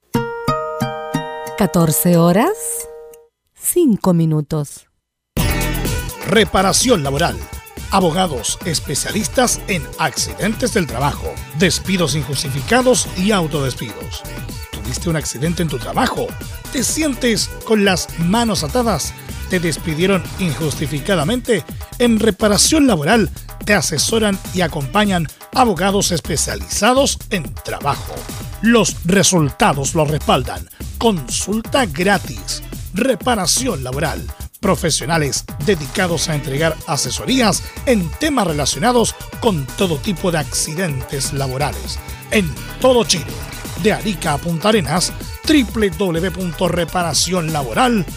14 horas, 5 minutos. Reparación laboral. Abogados especialistas en accidentes del trabajo, despidos injustificados y autodespidos. ¿Tuviste un accidente en tu trabajo? ¿Te sientes con las manos atadas? ¿Te despidieron injustificadamente? En Reparación Laboral te asesoran y acompañan abogados especializados en trabajo. Los resultados los respaldan. Consulta gratis. Reparación Laboral. Profesionales dedicados a entregar asesorías en temas relacionados con todo tipo de accidentes laborales. En todo Chile, de Arica a Punta Arenas, www.reparacionlaboral.cl.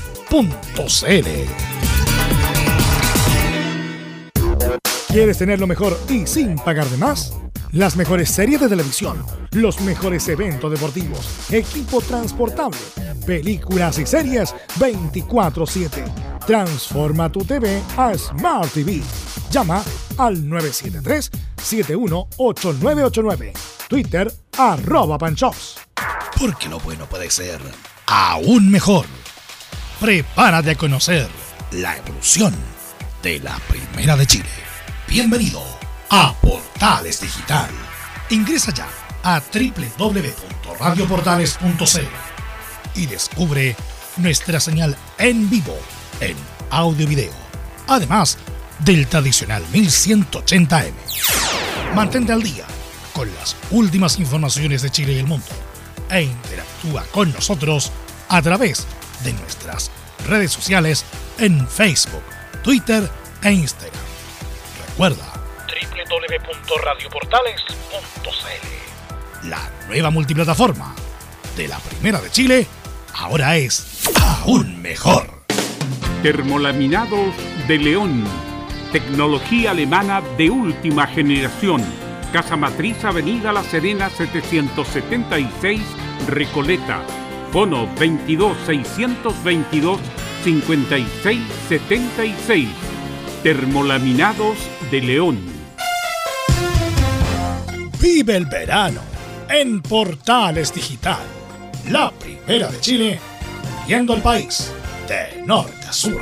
¿Quieres tener lo mejor y sin pagar de más? Las mejores series de televisión, los mejores eventos deportivos, equipo transportable, películas y series 24/7. Transforma tu TV a Smart TV. Llama al 973-718989. Twitter @Panchops. Porque lo bueno puede ser aún mejor. Prepárate a conocer la evolución de la Primera de Chile. Bienvenido a Portales Digital. Ingresa ya a www.radioportales.cl y descubre nuestra señal en vivo en audio y video, además del tradicional 1180M. Mantente al día con las últimas informaciones de Chile y el mundo e interactúa con nosotros a través de nuestras redes sociales en Facebook, Twitter e Instagram. Recuerda www.radioportales.cl. La nueva multiplataforma de la Primera de Chile ahora es aún mejor. Termolaminados de León. Tecnología alemana de última generación. Casa Matriz, Avenida La Serena, 776, Recoleta. Fono 22-622-5676. Termolaminados de León. Vive el verano en Portales Digital. La Primera de Chile, uniendo al país de norte a sur.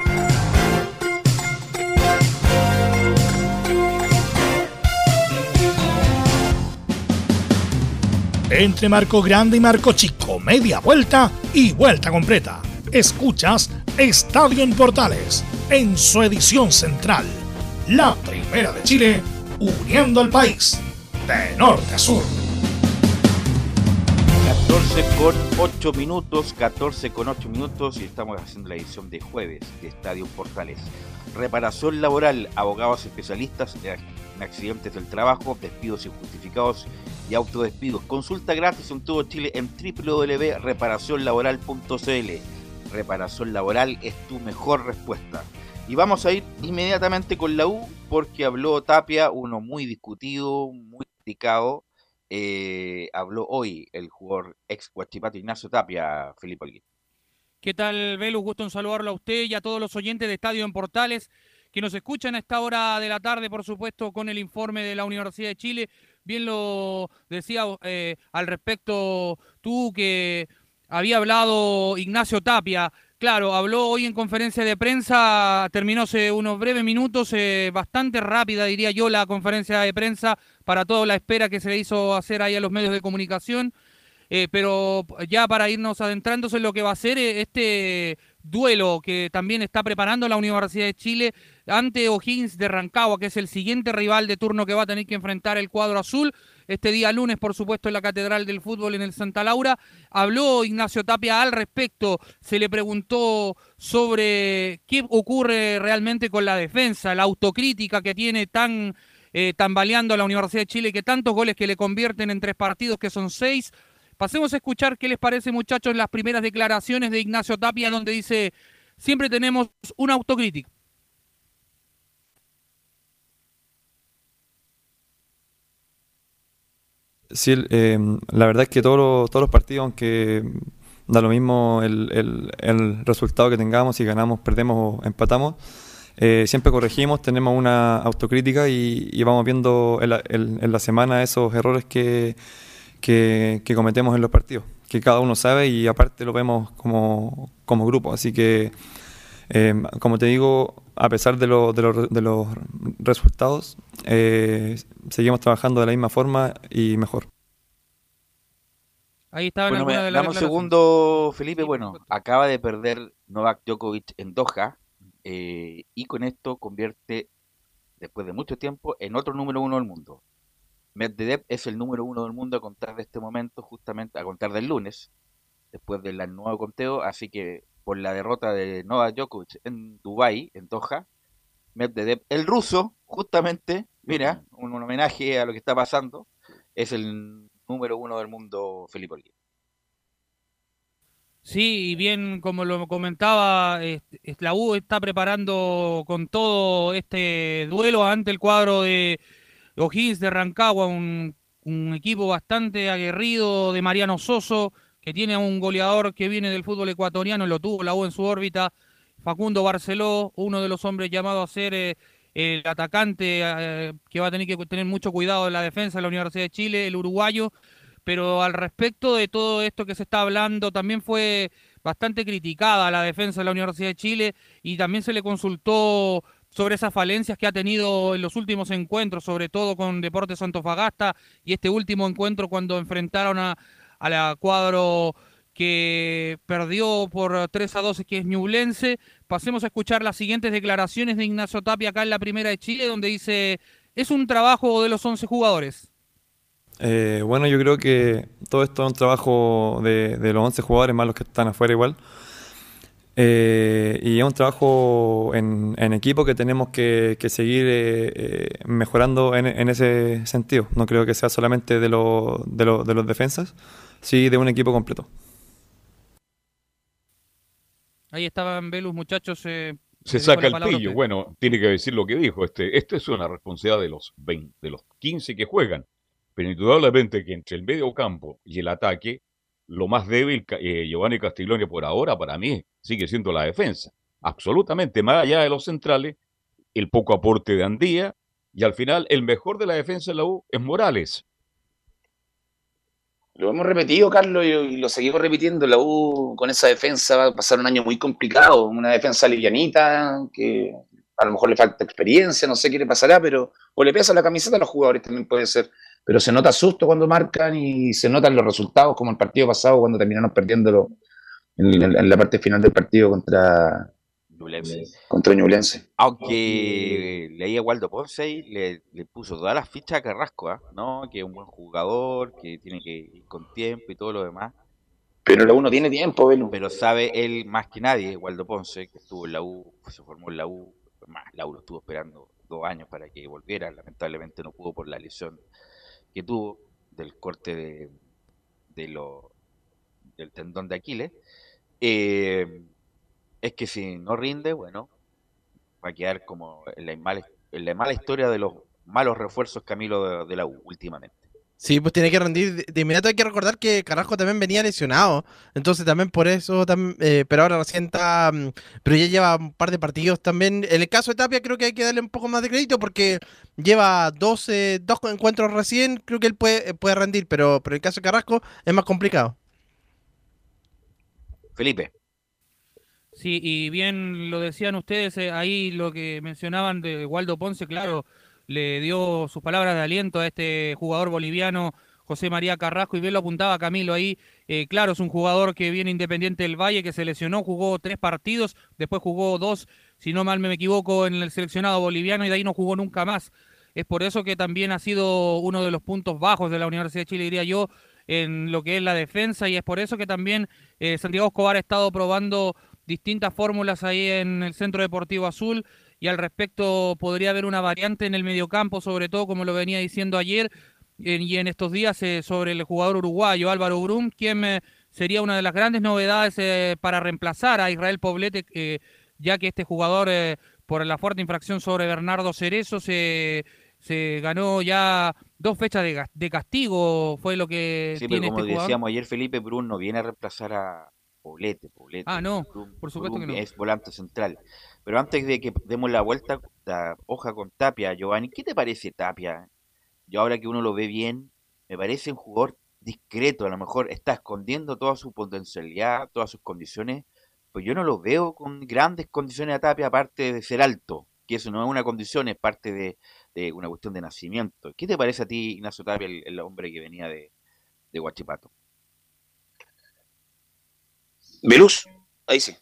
Entre marco grande y marco chico, media vuelta y vuelta completa. Escuchas Estadio en Portales, en su edición central. La Primera de Chile, uniendo al país de norte a sur. 14 con 8 minutos y estamos haciendo la edición de jueves de Estadio Portales. Reparación laboral, abogados especialistas en accidentes del trabajo, despidos injustificados y autodespidos. Consulta gratis en todo Chile en www.reparacionlaboral.cl. Reparación Laboral es tu mejor respuesta. Y vamos a ir inmediatamente con la U porque habló Tapia, uno muy discutido, muy criticado, habló hoy el jugador ex Huachipato Ignacio Tapia, Felipe Holguín. ¿Qué tal, Velus? Gusto en saludarlo a usted y a todos los oyentes de Estadio en Portales que nos escuchan a esta hora de la tarde, por supuesto, con el informe de la Universidad de Chile. Bien lo decía al respecto tú, que había hablado Ignacio Tapia. Claro, habló hoy en conferencia de prensa, terminó hace unos breves minutos, bastante rápida, diría yo, la conferencia de prensa para toda la espera que se le hizo hacer ahí a los medios de comunicación. Pero ya para irnos adentrándose en lo que va a ser este duelo que también está preparando la Universidad de Chile ante O'Higgins de Rancagua, que es el siguiente rival de turno que va a tener que enfrentar el cuadro azul. Este día lunes, por supuesto, en la Catedral del Fútbol en el Santa Laura. Habló Ignacio Tapia al respecto, se le preguntó sobre qué ocurre realmente con la defensa, la autocrítica que tiene tambaleando a la Universidad de Chile, que tantos goles que le convierten en 3 partidos, que son 6. Pasemos a escuchar qué les parece, muchachos, las primeras declaraciones de Ignacio Tapia, donde dice, siempre tenemos una autocrítica. Sí, la verdad es que todos los partidos, aunque da lo mismo el resultado que tengamos, si ganamos, perdemos o empatamos, siempre corregimos, tenemos una autocrítica y vamos viendo en la semana esos errores que cometemos en los partidos, que cada uno sabe y aparte lo vemos como grupo. Así que, como te digo, a pesar de los resultados, seguimos trabajando de la misma forma y mejor. Ahí estaba. Bueno, dame un segundo, Felipe. Bueno, acaba de perder Novak Djokovic en Doha y con esto convierte, después de mucho tiempo, en otro número 1 del mundo. Medvedev es el número 1 del mundo a contar de este momento, justamente a contar del lunes, después del nuevo conteo, así que por la derrota de Novak Djokovic en Dubái, en Doha, Medvedev, el ruso, justamente, mira, un homenaje a lo que está pasando, es el número 1 del mundo, Felipe Holguín. Sí, y bien, como lo comentaba, la U está preparando con todo este duelo ante el cuadro de O'Higgins de Rancagua, un equipo bastante aguerrido de Mariano Soso, que tiene a un goleador que viene del fútbol ecuatoriano, lo tuvo la U en su órbita, Facundo Barceló, uno de los hombres llamados a ser el atacante que va a tener que tener mucho cuidado en la defensa de la Universidad de Chile, el uruguayo. Pero al respecto de todo esto que se está hablando, también fue bastante criticada la defensa de la Universidad de Chile y también se le consultó sobre esas falencias que ha tenido en los últimos encuentros, sobre todo con Deportes Antofagasta y este último encuentro cuando enfrentaron a la cuadro que perdió por 3-2, que es Ñublense. Pasemos a escuchar las siguientes declaraciones de Ignacio Tapia acá en la Primera de Chile, donde dice, es un trabajo de los 11 jugadores. Bueno, yo creo que todo esto es un trabajo de los 11 jugadores, más los que están afuera igual. Y es un trabajo en equipo que tenemos que seguir mejorando en ese sentido. No creo que sea solamente de los defensas, sí de un equipo completo. Ahí estaban Velus, muchachos. Se saca el pillo. Bueno, tiene que decir lo que dijo. Esto es una responsabilidad de los 15 que juegan. Pero indudablemente que entre el medio campo y el ataque, lo más débil, Giovanni Castiglione por ahora, para mí, sigue siendo la defensa. Absolutamente, más allá de los centrales, el poco aporte de Andía, y al final, el mejor de la defensa de la U es Morales. Lo hemos repetido, Carlos, y lo seguimos repitiendo. La U con esa defensa va a pasar un año muy complicado. Una defensa livianita, que a lo mejor le falta experiencia, no sé qué le pasará, pero o le pesa la camiseta a los jugadores también puede ser. Pero se nota susto cuando marcan y se notan los resultados, como el partido pasado cuando terminaron perdiéndolo en la parte final del partido contra Ñublense. Aunque leía Waldo Ponce y le puso todas las fichas a Carrasco, ¿no? Que es un buen jugador, que tiene que ir con tiempo y todo lo demás. Pero la U no tiene tiempo, Belu. Pero sabe él más que nadie, Waldo Ponce, que estuvo en la U, se formó en la U, más la U lo estuvo esperando 2 años para que volviera, lamentablemente no pudo por la lesión que tuvo del corte del tendón de Aquiles. Es que si no rinde, bueno, va a quedar como en la mala historia de los malos refuerzos, Camilo, de la U últimamente. Sí, pues tiene que rendir de inmediato. Hay que recordar que Carrasco también venía lesionado. Entonces también por eso, pero ahora recién está, pero ya lleva un par de partidos también. En el caso de Tapia creo que hay que darle un poco más de crédito porque lleva dos encuentros recién. Creo que él puede rendir, pero en el caso de Carrasco es más complicado. Felipe. Sí, y bien lo decían ustedes, ahí lo que mencionaban de Waldo Ponce, claro, le dio sus palabras de aliento a este jugador boliviano, José María Carrasco, y bien lo apuntaba Camilo ahí, claro, es un jugador que viene Independiente del Valle, que se lesionó, jugó 3 partidos, después jugó 2, si no mal me equivoco, en el seleccionado boliviano, y de ahí no jugó nunca más. Es por eso que también ha sido uno de los puntos bajos de la Universidad de Chile, diría yo, en lo que es la defensa, y es por eso que también Santiago Escobar ha estado probando distintas fórmulas ahí en el Centro Deportivo Azul, y al respecto podría haber una variante en el mediocampo, sobre todo como lo venía diciendo ayer y en estos días sobre el jugador uruguayo Álvaro Brum, quien sería una de las grandes novedades para reemplazar a Israel Poblete, ya que este jugador por la fuerte infracción sobre Bernardo Cerezo se ganó ya 2 fechas de castigo, fue lo que Sí, pero tiene como este jugador. decíamos ayer, Felipe, Brun no viene a reemplazar a Poblete. Ah, no, Brun, por supuesto que no. es volante central. Pero antes de que demos la vuelta, la hoja con Tapia, Giovanni, ¿qué te parece Tapia? Yo ahora que uno lo ve bien, me parece un jugador discreto, a lo mejor está escondiendo toda su potencialidad, todas sus condiciones, pues yo no lo veo con grandes condiciones a Tapia, aparte de ser alto, que eso no es una condición, es parte de una cuestión de nacimiento. ¿Qué te parece a ti, Ignacio Tapia, el hombre que venía de Huachipato? Velus, ahí sí.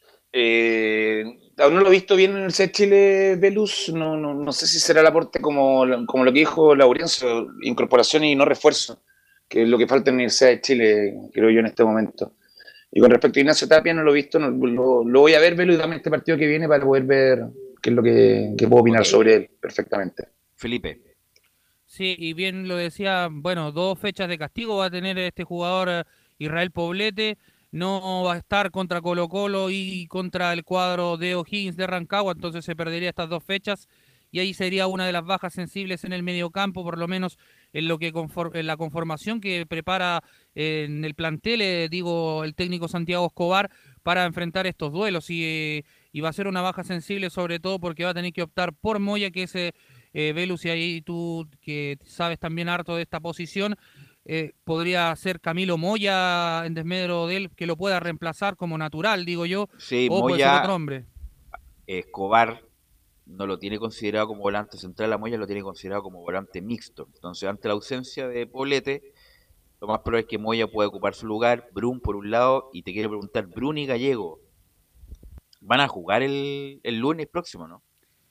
Aún no lo he visto bien en el C Chile Velus, no sé si será el aporte como lo que dijo Laurencio, incorporación y no refuerzo, que es lo que falta en la Universidad de Chile, creo yo, en este momento. Y con respecto a Ignacio Tapia, no lo he visto, lo voy a ver, Velus, y dame este partido que viene para poder ver qué es lo que puedo opinar sobre él perfectamente. Felipe. Sí, y bien lo decía, bueno, 2 fechas de castigo va a tener este jugador Israel Poblete, no va a estar contra Colo-Colo y contra el cuadro de O'Higgins de Rancagua, entonces se perdería estas 2 fechas y ahí sería una de las bajas sensibles en el mediocampo, por lo menos en lo que en la conformación que prepara en el plantel, digo, el técnico Santiago Escobar para enfrentar estos duelos y va a ser una baja sensible sobre todo porque va a tener que optar por Moya, que es Velus, y ahí tú que sabes también harto de esta posición, podría ser Camilo Moya en desmedro de él, que lo pueda reemplazar como natural, digo yo, Sí, o puede ser otro hombre. Escobar no lo tiene considerado como volante central, a Moya lo tiene considerado como volante mixto. Entonces, ante la ausencia de Poblete, lo más probable es que Moya pueda ocupar su lugar, Brun por un lado, y te quiero preguntar, Brun y Gallego, ¿van a jugar el lunes próximo, no?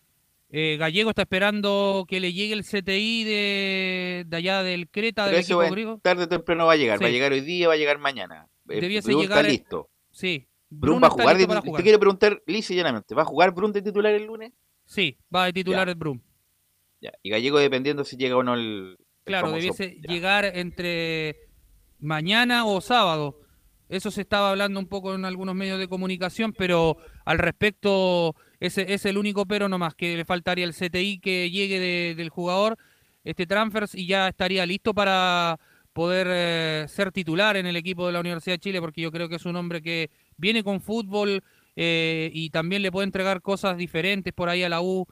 Gallego está esperando que le llegue el CTI de allá del Creta, Pero del ese equipo griego. tarde o temprano va a llegar, Sí. va a llegar hoy día, va a llegar mañana. Debiese Brun llegar. está listo. Sí. Brun va a está jugar, listo para jugar. te quiero preguntar lisa y llanamente, ¿va a jugar Brun de titular el lunes? Sí, va de titular Ya. el Brum. Ya. Y Gallego dependiendo si llega o no el Claro, famoso. debiese Ya. llegar entre mañana o sábado. Eso se estaba hablando un poco en algunos medios de comunicación, pero al respecto, ese es el único pero nomás, que le faltaría el CTI que llegue del jugador, este transfers, y ya estaría listo para poder ser titular en el equipo de la Universidad de Chile, porque yo creo que es un hombre que viene con fútbol y también le puede entregar cosas diferentes por ahí a la U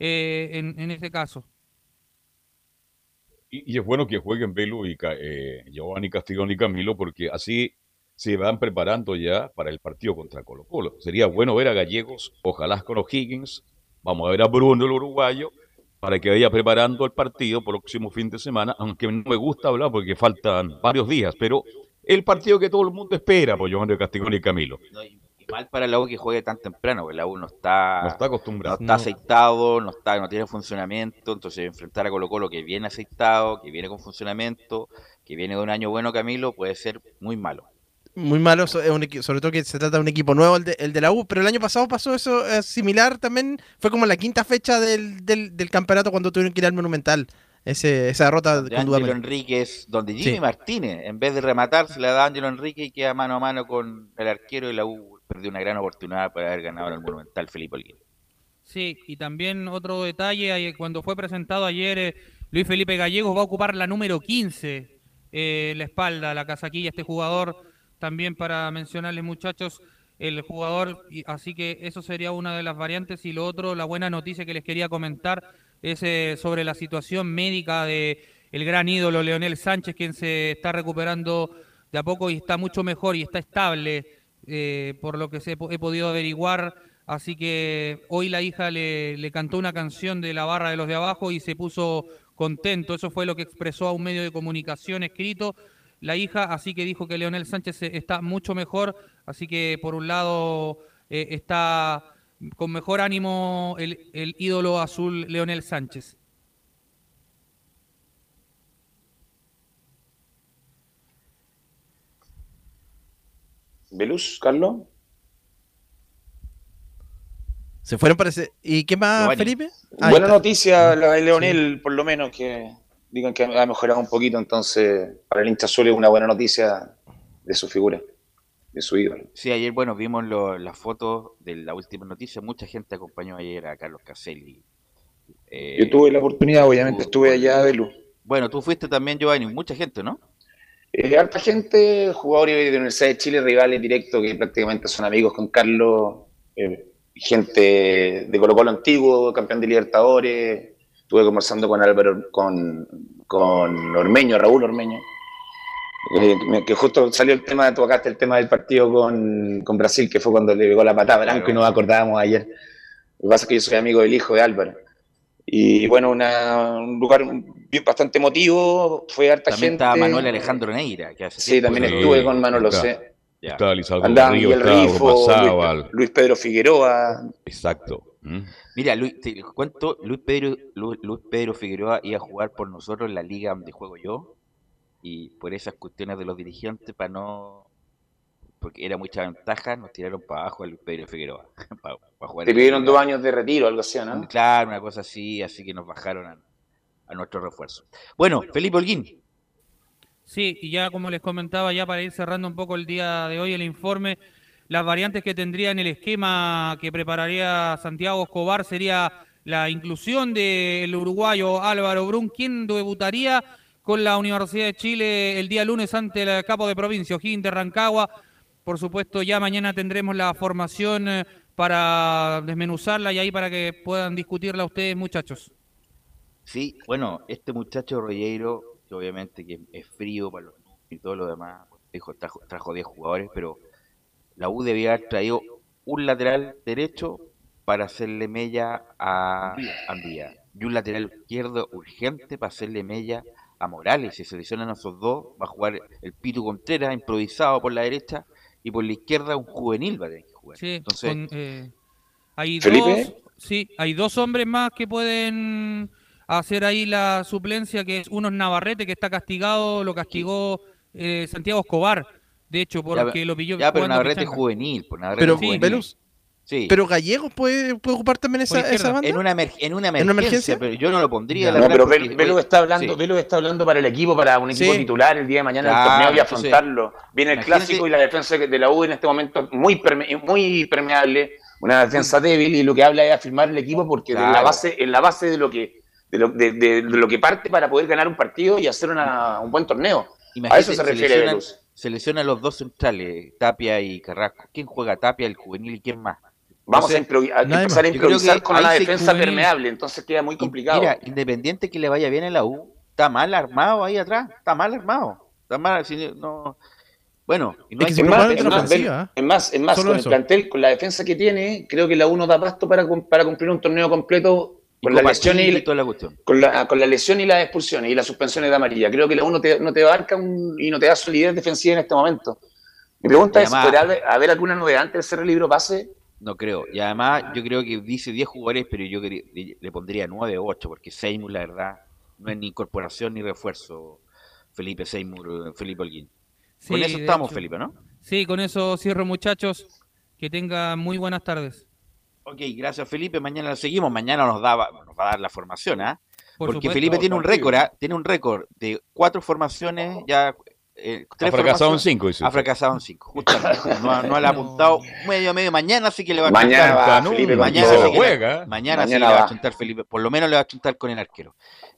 en este caso. Y es bueno que jueguen Velo y Giovanni Castiglione y Camilo, porque así se van preparando ya para el partido contra Colo-Colo. Sería bueno ver a Gallegos, ojalá con O'Higgins, vamos a ver a Bruno el uruguayo, para que vaya preparando el partido próximo fin de semana, aunque no me gusta hablar porque faltan varios días, pero el partido que todo el mundo espera por Giovanni Castiglione y Camilo. No, y mal para la U que juegue tan temprano, porque la U no está acostumbrado. No está aceitado, no tiene funcionamiento, entonces enfrentar a Colo-Colo que viene aceitado, que viene con funcionamiento, que viene de un año bueno, Camilo, puede ser muy malo. Muy malo, es sobre todo que se trata de un equipo nuevo, el de la U, pero el año pasado pasó eso similar también, fue como la 5ª fecha del campeonato cuando tuvieron que ir al Monumental, esa derrota De con Ángelo Dudamel. Enríquez, donde Jimmy Sí. Martínez, en vez de rematar, se le da a Ángelo Enríquez y queda mano a mano con el arquero, y la U perdió una gran oportunidad para haber ganado en el Monumental, Felipe Olguín. Sí, y también otro detalle, cuando fue presentado ayer Luis Felipe Gallegos va a ocupar la número 15, la espalda, la casaquilla, este jugador, también para mencionarles, muchachos, el jugador, así que eso sería una de las variantes. Y lo otro, la buena noticia que les quería comentar es sobre la situación médica de el gran ídolo Leonel Sánchez, quien se está recuperando de a poco y está mucho mejor y está estable, por lo que he podido averiguar. Así que hoy la hija le cantó una canción de la barra de los de abajo y se puso contento. Eso fue lo que expresó a un medio de comunicación escrito la hija, así que dijo que Leonel Sánchez está mucho mejor, así que por un lado está con mejor ánimo el ídolo azul Leonel Sánchez. ¿Velus, Carlos? Se fueron para ese... ¿Y qué más, Felipe? Buena noticia la de Leonel, por lo menos, que digan que ha mejorado un poquito, entonces para el hincha azul es una buena noticia de su figura, de su ídolo. Sí, ayer, bueno, vimos las fotos de la última noticia. Mucha gente acompañó ayer a Carlos Caselli. Yo tuve la oportunidad, obviamente estuve allá, Belu. Bueno, tú fuiste también, Giovanni, mucha gente, ¿no? Harta gente, jugadores de la Universidad de Chile, rivales directos que prácticamente son amigos con Carlos, gente de Colo-Colo antiguo, campeón de Libertadores. Estuve conversando con Álvaro, con Ormeño, Raúl Ormeño, que justo salió el tema, tocaste el tema del partido con Brasil, que fue cuando le pegó la patada a Branco, y nos acordábamos ayer. Lo que pasa es que yo soy amigo del hijo de Álvaro. Y bueno, un lugar bastante emotivo, fue harta también gente. También estaba Manuel Alejandro Neira. Que hace sí, también estuve con Manolo, sé. Estaba Lizardo Andaba Río, Miguel estaba Rifo, Luis Pedro Figueroa. Exacto. Mira, te cuento, Luis Pedro Figueroa iba a jugar por nosotros en la liga donde juego yo, y por esas cuestiones de los dirigentes, porque era mucha ventaja, nos tiraron para abajo a Luis Pedro Figueroa. para jugar. Te pidieron 2 años de retiro, algo así, ¿no? Claro, una cosa así que nos bajaron a nuestro refuerzo. Bueno, Felipe Holguín. Sí, y ya como les comentaba, ya para ir cerrando un poco el día de hoy el informe, las variantes que tendría en el esquema que prepararía Santiago Escobar sería la inclusión del uruguayo Álvaro Brun, quien debutaría con la Universidad de Chile el día lunes ante el capo de provincia, O'Higgins de Rancagua. Por supuesto, ya mañana tendremos la formación para desmenuzarla y ahí para que puedan discutirla ustedes, muchachos. Sí, bueno, este muchacho Rollero, que obviamente que es frío para los números y todo lo demás, dijo, trajo 10 jugadores, pero la U debía haber traído un lateral derecho para hacerle mella a Ambía y un lateral izquierdo urgente para hacerle mella a Morales. Si se lesionan esos dos, va a jugar el Pitu Contreras improvisado por la derecha y por la izquierda un juvenil va a tener que jugar. Sí, entonces, hay dos hombres más que pueden hacer ahí la suplencia, que es uno es Navarrete, que está castigado, lo castigó Santiago Escobar, de hecho, porque lo pilló. Ya, pero Navarrete es juvenil. Pero Velus, sí. Pero Gallegos puede ocupar también esa banda. En una emergencia, pero yo no lo pondría. No, pero Velus está hablando para el equipo, para un equipo titular el día de mañana del torneo y afrontarlo. Viene el clásico y la defensa de la U en este momento muy permeable, una defensa débil, y lo que habla es afirmar el equipo porque en la base de lo que parte para poder ganar un partido y hacer un buen torneo. Imagínate, a eso se refiere Velus. Se lesionan los dos centrales, Tapia y Carrasco. ¿Quién juega Tapia, el juvenil, y quién más? Vamos a empezar a improvisar con una defensa permeable, entonces queda muy complicado. Mira, Independiente que le vaya bien en la U, está mal armado ahí atrás, está mal armado. Está mal, no... Bueno, es más, con el plantel, con la defensa que tiene, creo que la U no da pasto para cumplir un torneo completo con la lesión y toda la cuestión. Con la lesión y las expulsiones y las suspensiones de amarilla. Creo que la U no te abarca y no te da solidez defensiva en este momento. Mi pregunta es, ¿podrá haber alguna novedad antes del cierre del libro pase? No creo. Y además yo creo que dice 10 jugadores, pero yo le pondría 9 o 8, porque Seymour, la verdad, no es ni incorporación ni refuerzo. Felipe Holguín. Sí, con eso estamos, Felipe, ¿no? Sí, con eso cierro, muchachos. Que tengan muy buenas tardes. Ok, gracias, Felipe. Mañana lo seguimos. Mañana nos va a dar la formación, ¿ah? Porque supuesto, Felipe tiene un récord, tiene un récord de 4 formaciones ya Ha fracasado en 5, dice. Ha fracasado en 5, justamente. No le ha apuntado medio mañana, sí que le va a mañana chuntar. va Felipe Mañana con todo. sí que juega. Mañana sí le va a chuntar Felipe. Por lo menos le va a chuntar con el arquero.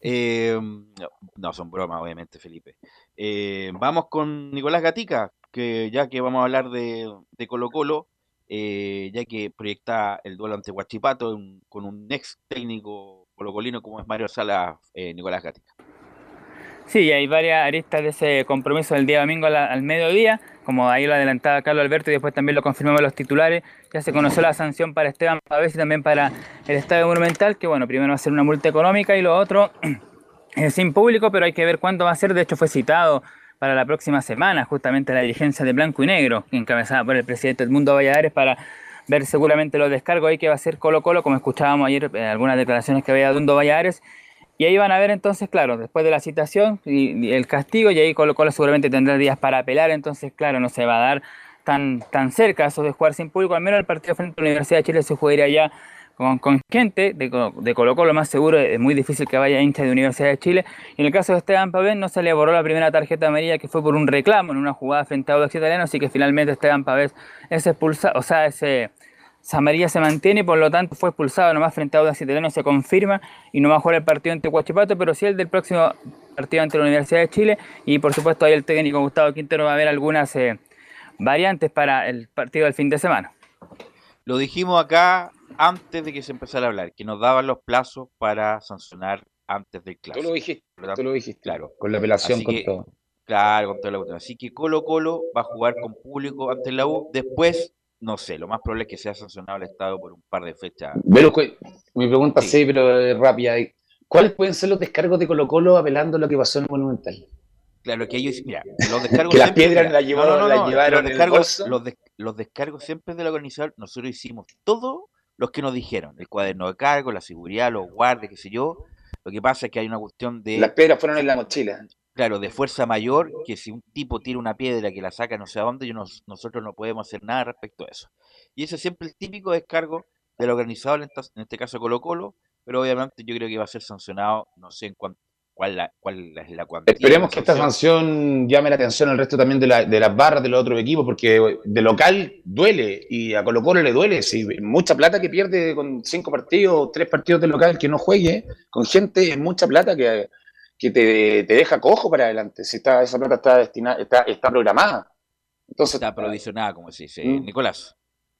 No, son bromas, obviamente, Felipe. Vamos con Nicolás Gatica, que ya que vamos a hablar de Colo-Colo, ya que proyecta el duelo ante Huachipato con un ex técnico colocolino como es Mario Salas, Nicolás Gatica. Sí, hay varias aristas de ese compromiso del día domingo al mediodía, como ahí lo adelantaba Carlos Alberto y después también lo confirmamos los titulares. Ya se conoció la sanción para Esteban Pavés y también para el Estadio Monumental, que bueno, primero va a ser una multa económica y lo otro sin público, pero hay que ver cuándo va a ser. De hecho fue citado para la próxima semana justamente la dirigencia de Blanco y Negro, encabezada por el presidente Edmundo Valladares, para ver seguramente los descargos ahí que va a hacer Colo-Colo, como escuchábamos ayer algunas declaraciones que había Edmundo Valladares. Y ahí van a ver entonces, claro, después de la citación y el castigo, y ahí Colo-Colo seguramente tendrá días para apelar, entonces claro, no se va a dar tan cerca eso de jugar sin público. Al menos el partido frente a la Universidad de Chile se jugaría ya con gente de Colo-Colo, más seguro, es muy difícil que vaya hincha de Universidad de Chile. Y en el caso de Esteban Pavés no se le borró la primera tarjeta amarilla, que fue por un reclamo en una jugada frente a Audax Italiano, así que finalmente Esteban Pavés es expulsado, o sea, esa amarilla se mantiene y por lo tanto fue expulsado nomás frente a Audax Italiano, se confirma y no va a jugar el partido ante Huachipato, pero sí el del próximo partido ante la Universidad de Chile. Y por supuesto ahí el técnico Gustavo Quintero va a ver algunas variantes para el partido del fin de semana. Lo dijimos acá antes de que se empezara a hablar, que nos daban los plazos para sancionar antes del clásico. Tú lo dijiste, claro. Con la apelación, con todo. Claro, con toda la cuestión. Así que Colo-Colo va a jugar con público ante la U. Después, no sé, lo más probable es que sea sancionado el Estado por un par de fechas. Mi pregunta sí, pero rápida. ¿Cuáles pueden ser los descargos de Colo-Colo apelando a lo que pasó en el Monumental? Claro, que ellos, mira, los descargos que las piedras las llevaron los descargos siempre del organizador. Nosotros hicimos todos los que nos dijeron, el cuaderno de cargo, la seguridad, los guardias, qué sé yo. Lo que pasa es que hay una cuestión de... Las piedras fueron en la mochila. Claro, de fuerza mayor, que si un tipo tira una piedra que la saca no sé a dónde, nosotros no podemos hacer nada respecto a eso. Y ese es siempre el típico descargo del organizador, en este caso Colo-Colo, pero obviamente yo creo que va a ser sancionado, no sé en cuál es la cuantía. Esperemos que esta sanción llame la atención al resto también de las barras de los otros equipos, porque de local duele, y a Colo-Colo le duele. Si mucha plata que pierde con 5 partidos, 3 partidos de local que no juegue, con gente, es mucha plata que te deja cojo para adelante. Si esa plata está destinada, está programada. Entonces, está provisionada, como se dice. Nicolás.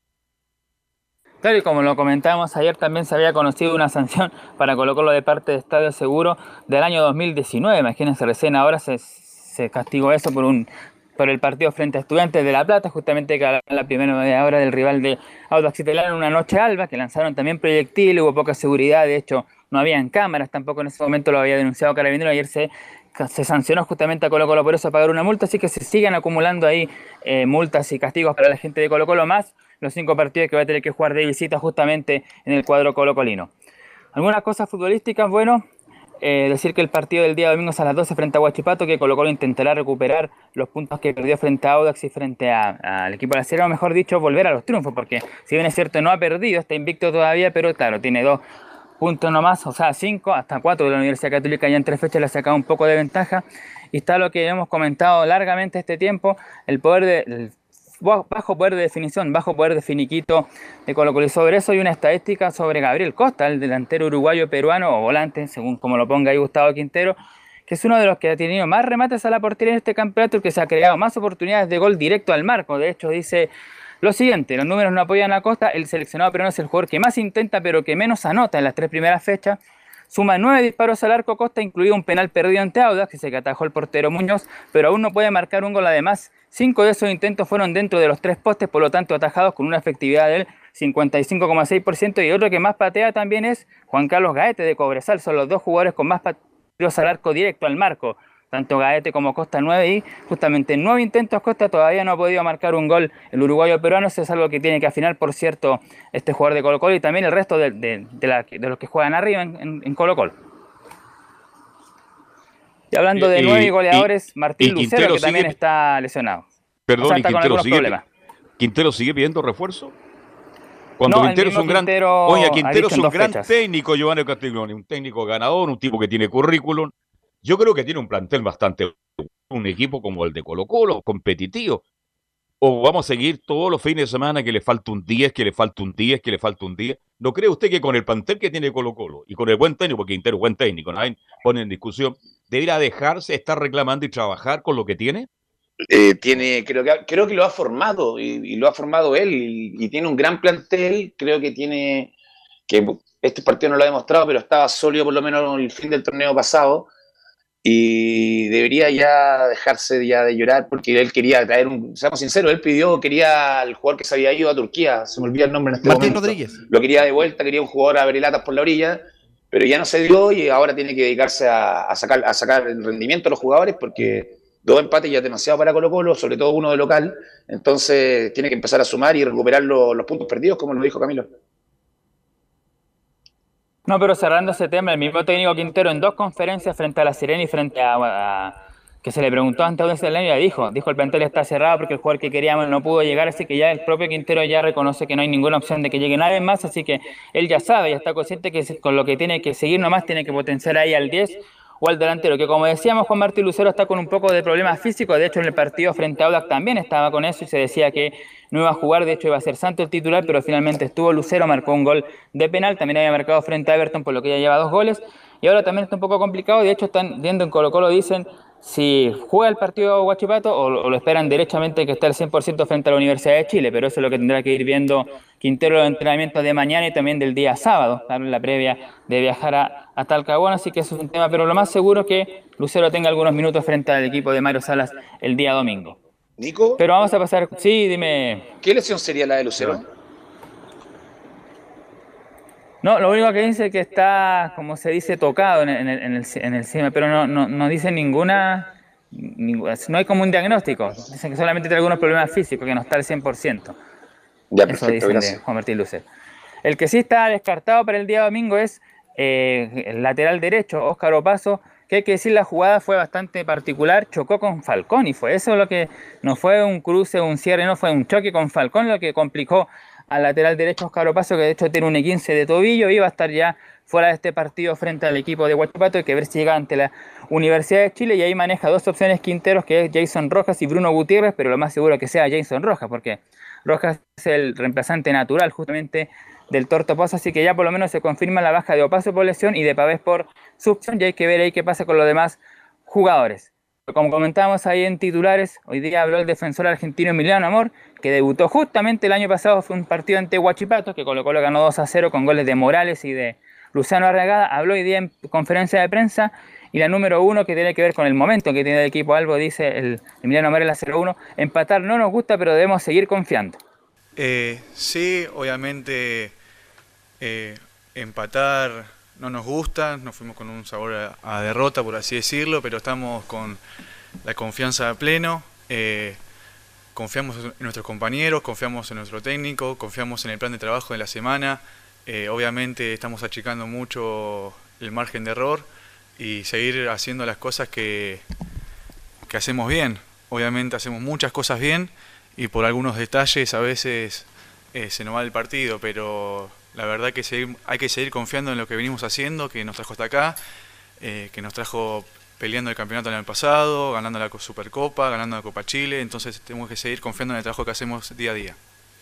Claro, y como lo comentábamos ayer, también se había conocido una sanción para Colo-Colo de parte de Estadio Seguro del año 2019. Imagínense, recién ahora se castigó eso por el partido frente a Estudiantes de La Plata, justamente que a la primera media hora del rival de Audax Italiano en una noche alba, que lanzaron también proyectiles, hubo poca seguridad, de hecho no habían cámaras, tampoco en ese momento lo había denunciado Carabineros. Ayer se sancionó justamente a Colo-Colo por eso, a pagar una multa, así que se siguen acumulando ahí multas y castigos para la gente de Colo-Colo, más los 5 partidos que va a tener que jugar de visita justamente en el cuadro colocolino. Algunas cosas futbolísticas, bueno, decir que el partido del día domingo es a las 12 frente a Huachipato, que Colo-Colo intentará recuperar los puntos que perdió frente a Audax y frente al equipo de la Sierra, o mejor dicho, volver a los triunfos, porque si bien es cierto no ha perdido, está invicto todavía, pero claro, tiene 2 puntos nomás, o sea 5 hasta 4 de la Universidad Católica, ya en 3 fechas le ha sacado un poco de ventaja, y está lo que hemos comentado largamente este tiempo, el bajo poder de definición, bajo poder de finiquito de Colo-Colo. Y sobre eso hay una estadística sobre Gabriel Costa, el delantero uruguayo peruano o volante, según como lo ponga ahí Gustavo Quintero, que es uno de los que ha tenido más remates a la portería en este campeonato, el que se ha creado más oportunidades de gol directo al marco. De hecho dice lo siguiente: los números no apoyan a Costa, el seleccionado peruano es el jugador que más intenta pero que menos anota en las 3 primeras fechas. Suma 9 disparos al arco Costa, incluido un penal perdido ante Audax, que se atajó el portero Muñoz, pero aún no puede marcar un gol. Además, 5 de esos intentos fueron dentro de los 3 postes, por lo tanto atajados con una efectividad del 55,6%. Y otro que más patea también es Juan Carlos Gaete de Cobresal. Son los 2 jugadores con más tiros al arco directo al marco, tanto Gaete como Costa, 9, y justamente en 9 intentos Costa todavía no ha podido marcar un gol. El uruguayo peruano, eso es algo que tiene que afinar, por cierto, este jugador de Colo-Colo y también el resto de los que juegan arriba en Colo-Colo. Y hablando de 9 goleadores, Martín Lucero, que también está lesionado. Perdón, o sea, está con algunos problemas. ¿Quintero sigue pidiendo refuerzo? Cuando No, Quintero es un gran, Quintero es un gran fechas. técnico, Giovanni Castiglioni, un técnico ganador, un tipo que tiene currículum. Yo creo que tiene un plantel bastante. un equipo como el de Colo-Colo, competitivo. ¿O vamos a seguir todos los fines de semana que le falta un 10, que le falta un 10, que le falta un 10? ¿No cree usted que con el plantel que tiene Colo-Colo y con el buen técnico, porque Quintero es buen técnico, nadie pone en discusión, debería dejarse estar reclamando y trabajar con lo que tiene? Creo que lo ha formado y lo ha formado él y tiene un gran plantel. Creo que tiene, que este partido no lo ha demostrado, pero estaba sólido por lo menos el fin del torneo pasado. Y debería ya dejarse ya de llorar porque él quería traer seamos sinceros, quería al jugador que se había ido a Turquía, se me olvida el nombre en este Martín momento. Rodríguez. Lo quería de vuelta, quería un jugador a brelatas por la orilla, pero ya no se dio y ahora tiene que dedicarse a sacar el rendimiento a los jugadores porque 2 empates ya es demasiado para Colo-Colo, sobre todo uno de local, entonces tiene que empezar a sumar y recuperar los puntos perdidos, como lo dijo Camilo. No, pero cerrando ese tema, el mismo técnico Quintero en 2 conferencias frente a La Serena y frente a que se le preguntó ante Audax Italiano y dijo el plantel está cerrado porque el jugador que queríamos no pudo llegar, así que ya el propio Quintero ya reconoce que no hay ninguna opción de que llegue nadie más, así que él ya sabe, ya está consciente que con lo que tiene que seguir nomás tiene que potenciar ahí al 10 o al delantero, que como decíamos, Juan Martín Lucero está con un poco de problemas físicos, de hecho en el partido frente a Audax también estaba con eso y se decía que no iba a jugar, de hecho iba a ser Santos el titular, pero finalmente estuvo Lucero, marcó un gol de penal, también había marcado frente a Everton, por lo que ya lleva 2 goles, y ahora también está un poco complicado, de hecho están viendo en Colo-Colo, dicen si juega el partido Huachipato o lo esperan derechamente que esté al 100% frente a la Universidad de Chile, pero eso es lo que tendrá que ir viendo Quintero en los entrenamientos de mañana y también del día sábado, en la previa de viajar a Talcahuano, así que eso es un tema, pero lo más seguro es que Lucero tenga algunos minutos frente al equipo de Mario Salas el día domingo. Nico. Pero vamos a pasar, sí, dime. ¿Qué lesión sería la de Lucero? No, lo único que dice es que está, como se dice, tocado en el cima, pero no dice ninguna, no hay como un diagnóstico. Dicen que solamente tiene algunos problemas físicos, que no está al 100%. Ya, eso perfecto, dicen gracias. de Juan Martín Lucero. El que sí está descartado para el día domingo es el lateral derecho, Óscar Opaso, que hay que decir la jugada fue bastante particular, chocó con Falcón y fue eso lo que no fue un cruce, un cierre, no fue un choque con Falcón lo que complicó al lateral derecho Óscar Opaso, que de hecho tiene un E15 de tobillo y iba a estar ya fuera de este partido frente al equipo de Huachipato. Hay que ver si llega ante la Universidad de Chile y ahí maneja 2 opciones Quinteros, que es Jason Rojas y Bruno Gutiérrez, pero lo más seguro es que sea Jason Rojas, porque Rojas es el reemplazante natural justamente del Torto Opaso, así que ya por lo menos se confirma la baja de Opaso por lesión y de Pavés por succión, y hay que ver ahí qué pasa con los demás jugadores. Como comentábamos ahí en titulares, hoy día habló el defensor argentino Emiliano Amor, que debutó justamente el año pasado, fue un partido ante Huachipato, que Colo-Colo ganó 2-0 con goles de Morales y de Luciano Arragada. Habló hoy día en conferencia de prensa, y la número 1, que tiene que ver con el momento que tiene el equipo Albo, dice el Emiliano Amor en la 0-1, empatar no nos gusta, pero debemos seguir confiando. Sí, obviamente empatar no nos gusta, nos fuimos con un sabor a derrota, por así decirlo, pero estamos con la confianza a pleno, confiamos en nuestros compañeros, confiamos en nuestro técnico, confiamos en el plan de trabajo de la semana, obviamente estamos achicando mucho el margen de error y seguir haciendo las cosas que hacemos bien. Obviamente hacemos muchas cosas bien y por algunos detalles a veces se nos va el partido, pero la verdad que hay que seguir confiando en lo que venimos haciendo, que nos trajo hasta acá, que nos trajo peleando el campeonato el año pasado, ganando la Supercopa, ganando la Copa Chile, entonces tenemos que seguir confiando en el trabajo que hacemos día a día.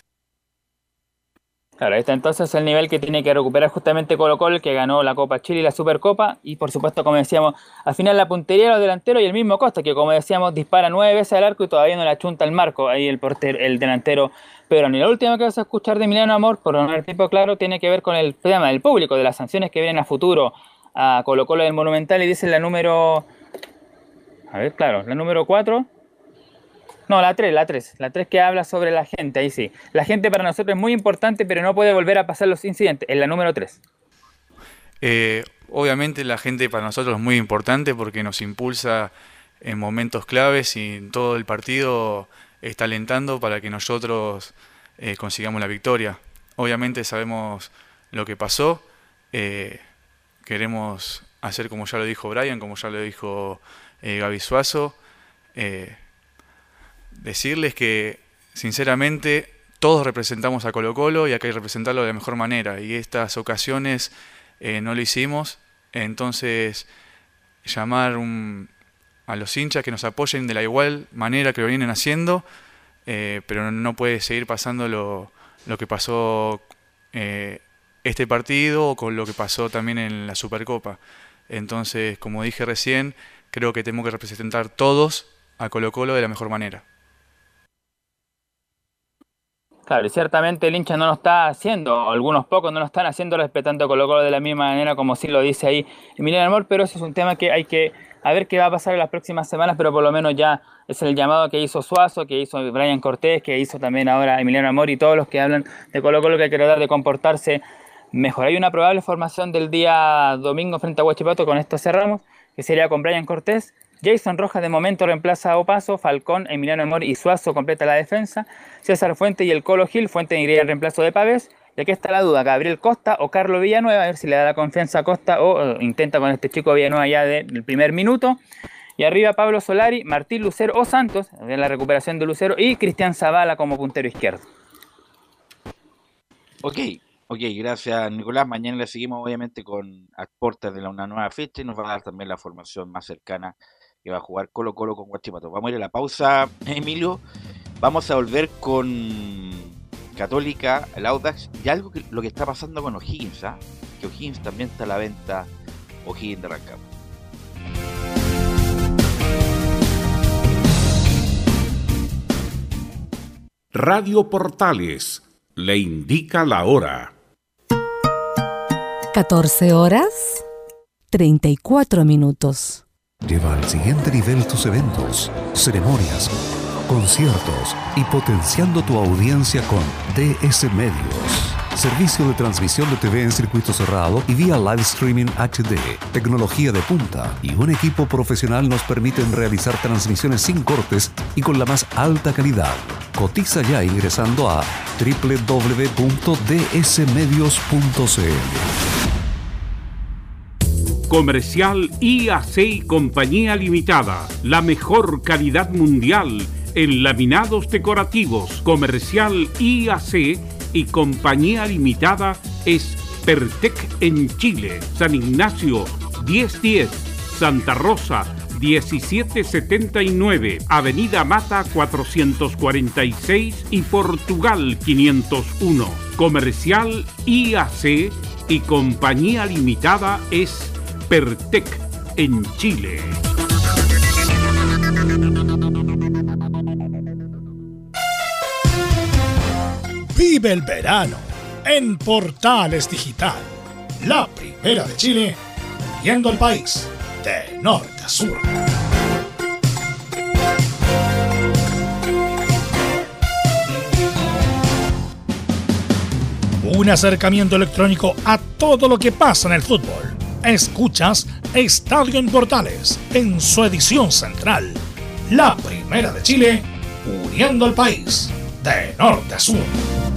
Claro, ahí está entonces el nivel que tiene que recuperar justamente Colo-Colo, que ganó la Copa Chile y la Supercopa, y por supuesto, como decíamos, al final la puntería de los delanteros y el mismo Costa, que como decíamos, dispara 9 veces al arco y todavía no le achunta el marco, ahí el delantero Pedro. Y la última que vas a escuchar de Emiliano Amor, por no el tiempo claro, tiene que ver con el tema del público, de las sanciones que vienen a futuro a Colo-Colo del Monumental, y dice la número... A ver, claro, la número 4... No, la 3 que habla sobre la gente, ahí sí. La gente para nosotros es muy importante, pero no puede volver a pasar los incidentes, en la número 3. Obviamente la gente para nosotros es muy importante porque nos impulsa en momentos claves y todo el partido está alentando para que nosotros consigamos la victoria. Obviamente sabemos lo que pasó, queremos hacer como ya lo dijo Brian, como ya lo dijo Gaby Suazo, decirles que sinceramente todos representamos a Colo-Colo y hay que representarlo de la mejor manera y estas ocasiones no lo hicimos, entonces llamar a los hinchas que nos apoyen de la igual manera que lo vienen haciendo, pero no puede seguir pasando lo que pasó este partido o con lo que pasó también en la Supercopa. Entonces, como dije recién, creo que tenemos que representar todos a Colo-Colo de la mejor manera. Claro, y ciertamente el hincha no lo está haciendo, algunos pocos no lo están haciendo respetando a Colo-Colo de la misma manera como sí lo dice ahí Emiliano Amor, pero eso es un tema que hay que a ver qué va a pasar en las próximas semanas, pero por lo menos ya es el llamado que hizo Suazo, que hizo Brian Cortés, que hizo también ahora Emiliano Amor y todos los que hablan de Colo-Colo, que hay que tratar de comportarse mejor. Hay una probable formación del día domingo frente a Huachipato, con esto cerramos, que sería con Brian Cortés. Jason Rojas de momento reemplaza a Opaso, Falcón, Emiliano Amor y Suazo completa la defensa. César Fuente y el Colo Gil, Fuente iría en reemplazo de Pavés. Y aquí está la duda, Gabriel Costa o Carlos Villanueva, a ver si le da la confianza a Costa o intenta con este chico Villanueva ya del primer minuto. Y arriba Pablo Solari, Martín Lucero o Santos, en la recuperación de Lucero, y Cristian Zavala como puntero izquierdo. Ok, gracias Nicolás. Mañana le seguimos obviamente con aportes de una nueva fecha y nos va a dar también la formación más cercana que va a jugar Colo-Colo con Huachipato. Vamos a ir a la pausa, Emilio. Vamos a volver con Católica, el Audax y algo que lo que está pasando con O'Higgins, que O'Higgins también está a la venta, O'Higgins de Rancagua. Radio Portales le indica la hora. 14 horas 34 minutos. Lleva al siguiente nivel tus eventos, ceremonias, conciertos y potenciando tu audiencia con DS Medios. Servicio de transmisión de TV en circuito cerrado y vía live streaming HD. Tecnología de punta y un equipo profesional nos permiten realizar transmisiones sin cortes y con la más alta calidad. Cotiza ya ingresando a www.dsmedios.cl. Comercial IAC y Compañía Limitada. La mejor calidad mundial en laminados decorativos. Comercial IAC y Compañía Limitada es Pertec en Chile. San Ignacio 1010. Santa Rosa 1779. Avenida Mata 446 y Portugal 501. Comercial IAC y Compañía Limitada es Pertec en Chile. Vive el verano en Portales Digital, la primera de Chile, viendo el país de norte a sur. Un acercamiento electrónico a todo lo que pasa en el fútbol. Escuchas Estadio en Portales en su edición central, la primera de Chile, uniendo al país de norte a sur.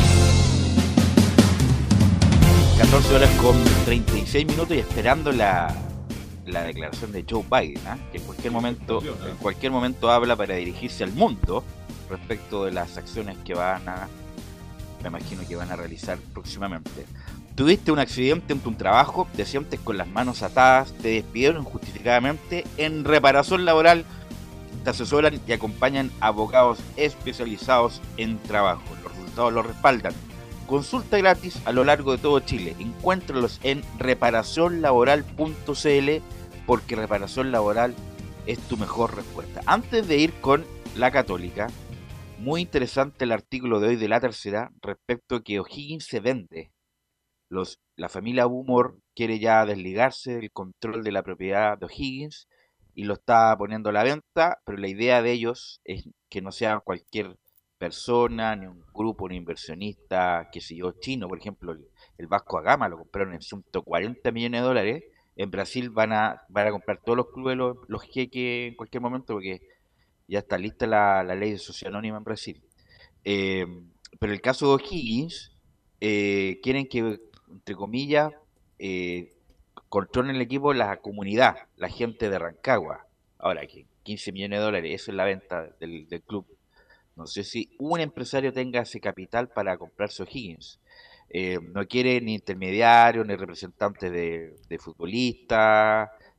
14 horas con 36 minutos y esperando la declaración de Joe Biden, que en cualquier momento habla para dirigirse al mundo respecto de las acciones que me imagino que van a realizar próximamente. Tuviste un accidente en tu trabajo, te sientes con las manos atadas, te despidieron injustificadamente. En Reparación Laboral te asesoran y acompañan abogados especializados en trabajo. Los resultados los respaldan. Consulta gratis a lo largo de todo Chile. Encuéntralos en reparacionlaboral.cl, porque Reparación Laboral es tu mejor respuesta. Antes de ir con la Católica, muy interesante el artículo de hoy de La Tercera respecto a que O'Higgins se vende. La familia Bumor quiere ya desligarse del control de la propiedad de O'Higgins y lo está poniendo a la venta, pero la idea de ellos es que no sea cualquier persona, ni un grupo, ni inversionista, qué sé yo, chino. Por ejemplo, el Vasco da Gama lo compraron en 140 millones de dólares. En Brasil van a comprar todos los clubes, los jeques en cualquier momento, porque ya está lista la ley de sociedad anónima en Brasil. Pero el caso de O'Higgins, quieren que, entre comillas, controlen el equipo la comunidad, la gente de Rancagua. Ahora, que 15 millones de dólares, eso es la venta del club. No sé si un empresario tenga ese capital para comprarse O'Higgins. No quiere ni intermediarios, ni representantes de futbolistas,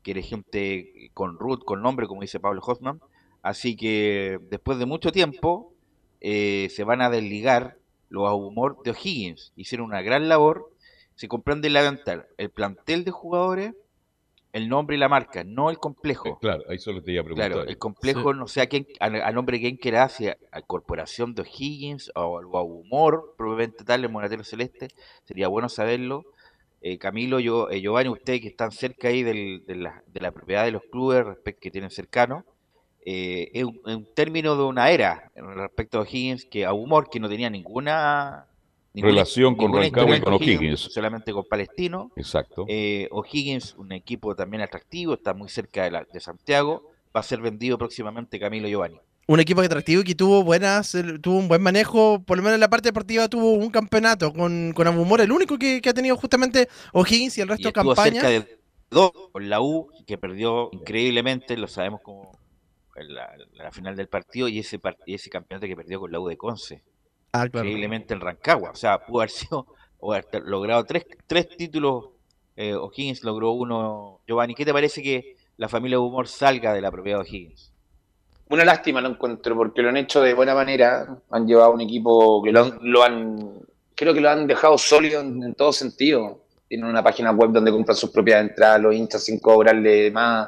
quiere gente con root, con nombre, como dice Pablo Hoffman. Así que después de mucho tiempo se van a desligar los Abumor de O'Higgins. Hicieron una gran labor. Se comprende el plantel de jugadores, el nombre y la marca, no el complejo. Claro, ahí solo te iba a preguntar. Claro, el complejo, no sé a nombre de quién quiera, hacia a Corporación de O'Higgins o a Humor, probablemente tal, el Monatero Celeste, sería bueno saberlo. Camilo, Giovanni, ustedes que están cerca ahí de la propiedad de los clubes que tienen cercano, es un término de una era respecto a O'Higgins, que a Humor, que no tenía ninguna relación con Rancagua y con O'Higgins, solamente con Palestino. Exacto. O'Higgins, un equipo también atractivo, está muy cerca de Santiago, va a ser vendido próximamente, Camilo, Giovanni. Un equipo atractivo que tuvo un buen manejo, por lo menos en la parte deportiva tuvo un campeonato con Abumor, el único que ha tenido justamente O'Higgins y el resto de campañas. Cerca de 2 con la U, que perdió increíblemente, lo sabemos como en la final del partido, y ese campeonato que perdió con la U de Conce. Claro. Increíblemente en Rancagua, o sea, pudo haber sido, o haber logrado tres títulos. O'Higgins logró uno. Giovanni, ¿qué te parece que la familia Humor salga de la propiedad de O'Higgins? Una lástima lo encuentro, porque lo han hecho de buena manera, han llevado un equipo que creo que lo han dejado sólido en todo sentido. Tienen una página web donde compran sus propias entradas, los hinchas sin cobrarle más,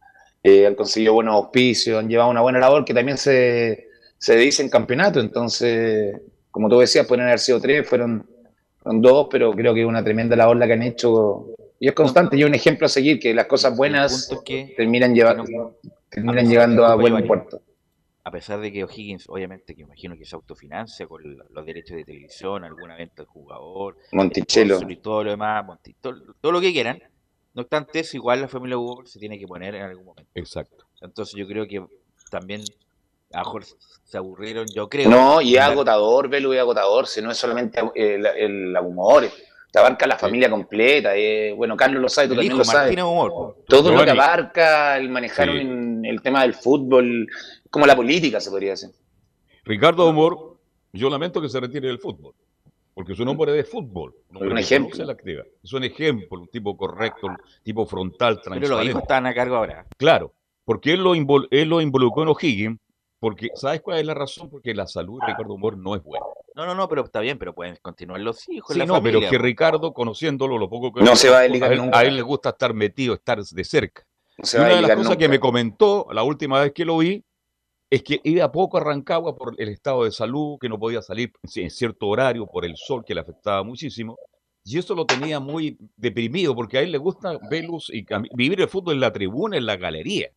han conseguido buenos auspicios, han llevado una buena labor que también se dice en campeonato. Entonces, como tú decías, pueden haber sido 3, fueron 2, pero creo que es una tremenda labor la que han hecho, y es constante, y es un ejemplo a seguir, que las cosas buenas terminan llegando a buen puerto. A pesar de que O'Higgins, obviamente, que imagino que se autofinancia con los derechos de televisión, alguna venta del jugador, Monticello y todo lo demás, todo lo que quieran, no obstante eso, igual la familia Hugo se tiene que poner en algún momento. Exacto. Entonces yo creo que también a lo mejor se aburrieron, yo creo. No, y es agotador, Belu, es agotador, si no es solamente el humor, te abarca la familia completa. Bueno, Carlos lo sabe, tú también lo sabes. Todo lo que abarca el manejar el tema del fútbol, como la política, se podría decir. Ricardo Humor, yo lamento que se retire del fútbol, porque su nombre es de fútbol. Un ejemplo. Es un ejemplo, un tipo correcto, un tipo frontal, transparente. Pero los hijos están a cargo ahora. Claro, porque él lo involucró en O'Higgins. Porque, ¿sabes cuál es la razón? Porque la salud de Ricardo Humor no es buena. No, pero está bien, pero pueden continuar los hijos. Sí, pero que Ricardo, conociéndolo, lo poco que no se va a desligar nunca. A él le gusta estar metido, estar de cerca. No se y va una a de las cosas nunca. que me comentó la última vez que lo vi es que iba poco a Rancagua por el estado de salud, que no podía salir en cierto horario por el sol que le afectaba muchísimo. Y eso lo tenía muy deprimido, porque a él le gusta verlos y vivir el fútbol en la tribuna, en la galería.